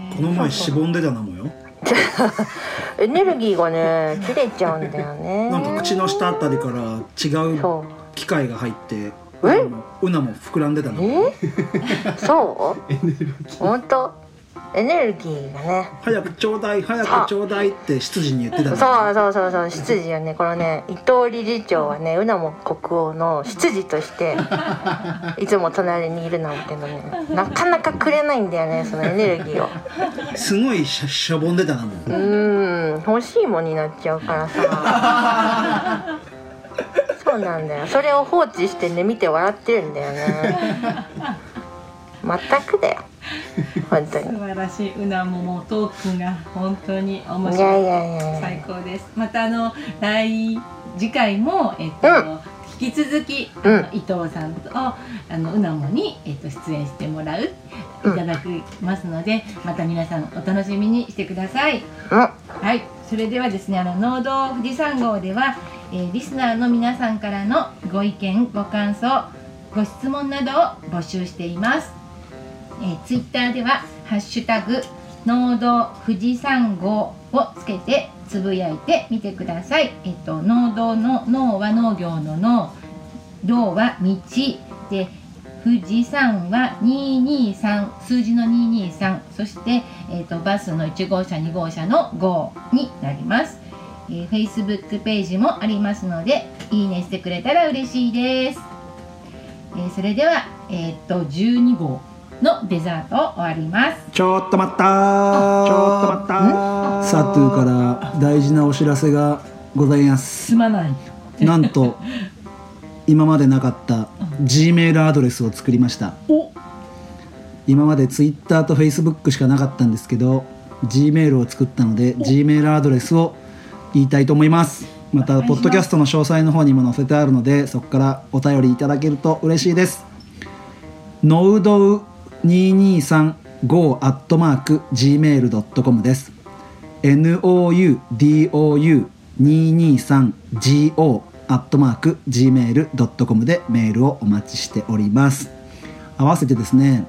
B: この前しぼんでたのもよ
A: エネルギーがね切れちゃうんだよね。
B: なんか口の下あたりから違う機械が入って
A: え
B: うなも膨らんでたの。
A: えそう本当エネルギーがね
B: 早くちょうだい早くちょうだいって執事に言ってたの。
A: そうそうそうそう執事はねこのね伊藤理事長はねうなも国王の執事としていつも隣にいるなんだけどねなかなかくれないんだよねそのエネルギーを。
B: すごいしゃしゃぼんでたなもん。
A: うーん欲しいもんになっちゃうからさそうなんだよ。それを放置してね見て笑ってるんだよね全くだよ本当に
D: 素晴らしい。うなももトークが本当に面白い。
A: いやいやいや
D: 最高です。またあの来次回もえっと、うん、引き続き、うん、伊藤さんとあのうなもにえっと出演してもらういただきますので、うん、また皆さんお楽しみにしてください。うん、はい。それではですねあの農道富士山号では、えー、リスナーの皆さんからのご意見ご感想ご質問などを募集しています。えー、ツイッターではハッシュタグ農道富士山号をつけてつぶやいてみてください。えっと農道の農は農業の農、道は道で富士山はにひゃくにじゅうさん数字のにひゃくにじゅうさんそして、えっとバスのいち号車に号車の号になります。えー、Facebook ページもありますのでいいねしてくれたら嬉しいです。えー、それではえっとじゅうに号のデザート終わります。
B: ちょっと待ったーちょっと待ったーサトゥーから大事なお知らせがございます。
D: すまない
B: なんと今までなかった G メールアドレスを作りました。
D: お
B: 今まで Twitter と Facebook しかなかったんですけど G メールを作ったので G メールアドレスを言いたいと思います。またポッドキャストの詳細の方にも載せてあるのでそこからお便りいただけると嬉しいです。ノウドウにひゃくにじゅうさん号アットマーク ジーメールドットコム です。 ノウドウにひゃくにじゅうさん号アットマーク ジーメールドットコム でメールをお待ちしております。合わせてですね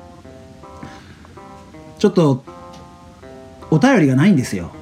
B: ちょっとお便りがないんですよ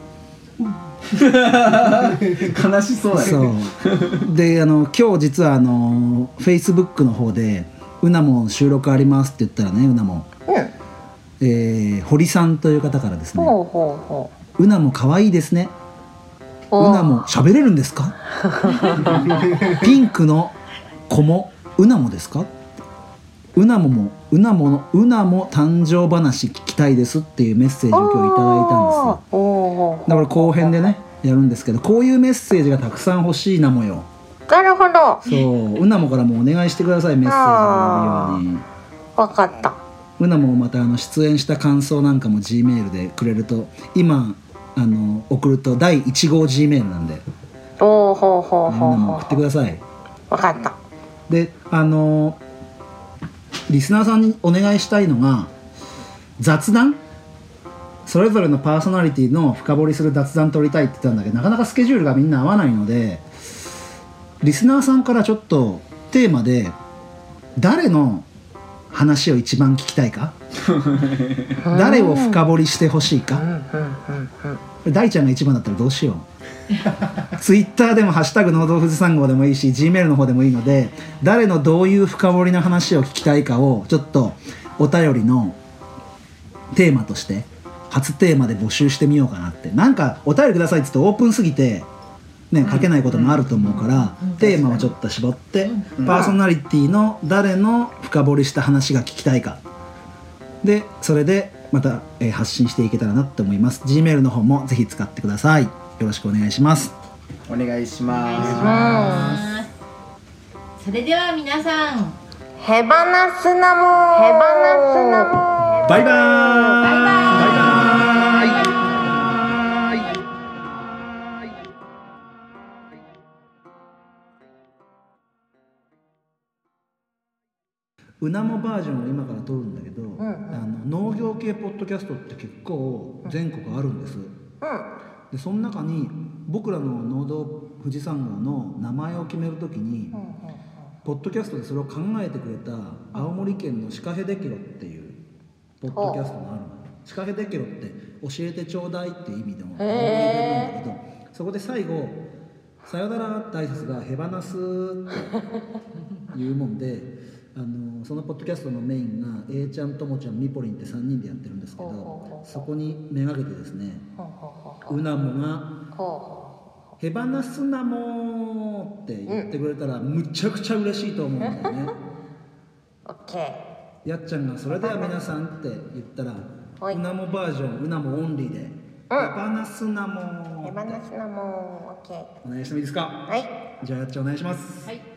C: 悲しそうだけど、ね、
B: そうであの今日実はあの Facebook の方でうなも収録ありますって言ったらねうなも、うんえー、堀さんという方からですね
A: ほうほうほ
B: ううなも可愛いですねうなも喋れるんですかピンクの子もうなもですかうなももうなものうなも誕生話聞きたいですっていうメッセージを今日いただいたんですよ。だから後編でねやるんですけどこういうメッセージがたくさん欲しいなもよ。
A: なるほど。
B: そううなもからもお願いしてくださいメッセージを入れるように。
A: 分かった。
B: うなもまたあの出演した感想なんかも G メールでくれると今あの送るとだいいち号 G メールなんで
A: おーほうほうほうほう、
B: うなも送ってください。
A: 分かった。
B: であのリスナーさんにお願いしたいのが雑談、それぞれのパーソナリティの深掘りする雑談取りたいって言ったんだけど、なかなかスケジュールがみんな合わないので、リスナーさんからちょっとテーマで誰の話を一番聞きたいか誰を深掘りしてほしいか、大ちゃんが一番だったらどうしようツイッターでもハッシュタグ農道富士山号でもいいし G メールの方でもいいので、誰のどういう深掘りの話を聞きたいかをちょっとお便りのテーマとして初テーマで募集してみようかなって。なんかお便りくださいって言うとオープンすぎてね、書けないこともあると思うから、テーマをちょっと絞って、パーソナリティの誰の深掘りした話が聞きたいかで、それでまた、えー、発信していけたらなと思います。 G メールの方もぜひ使ってください。よろしくお願いします。
C: お願いし
D: お願いし
C: ま
D: ますそれでは皆さん、
A: ヘバナスナモヘバナスナモ
B: バイバーイ。バイバーイ。うなもバージョンを今から撮るんだけど、うんうん、あの農業系ポッドキャストって結構全国あるんです、うん、でその中に僕らの農道富士山号の名前を決めるときに、うんうんうん、ポッドキャストでそれを考えてくれた青森県のシカヘデケロっていうポッドキャストがあるの。シカヘデケロって教えてちょうだいっていう意味でも言えるんだけど、そこで最後さよならって挨拶がヘバナスっていうもんであのそのポッドキャストのメインが A ちゃんともちゃんみぽりんってさんにんでやってるんですけど、そこにめがけてですね、うなもがヘバナスナモって言ってくれたらむちゃくちゃ嬉しいと思うんだよね。
A: オッケ
B: ー。やっちゃんがそれでは皆さんって言ったら、うなもバージョン、うなもオンリーで、ヘバナスナモ
A: ヘバナスナモオッケー。
B: お願いしてもいいですか。
A: はい。
B: じゃあやっちゃんお願いします。
D: はい。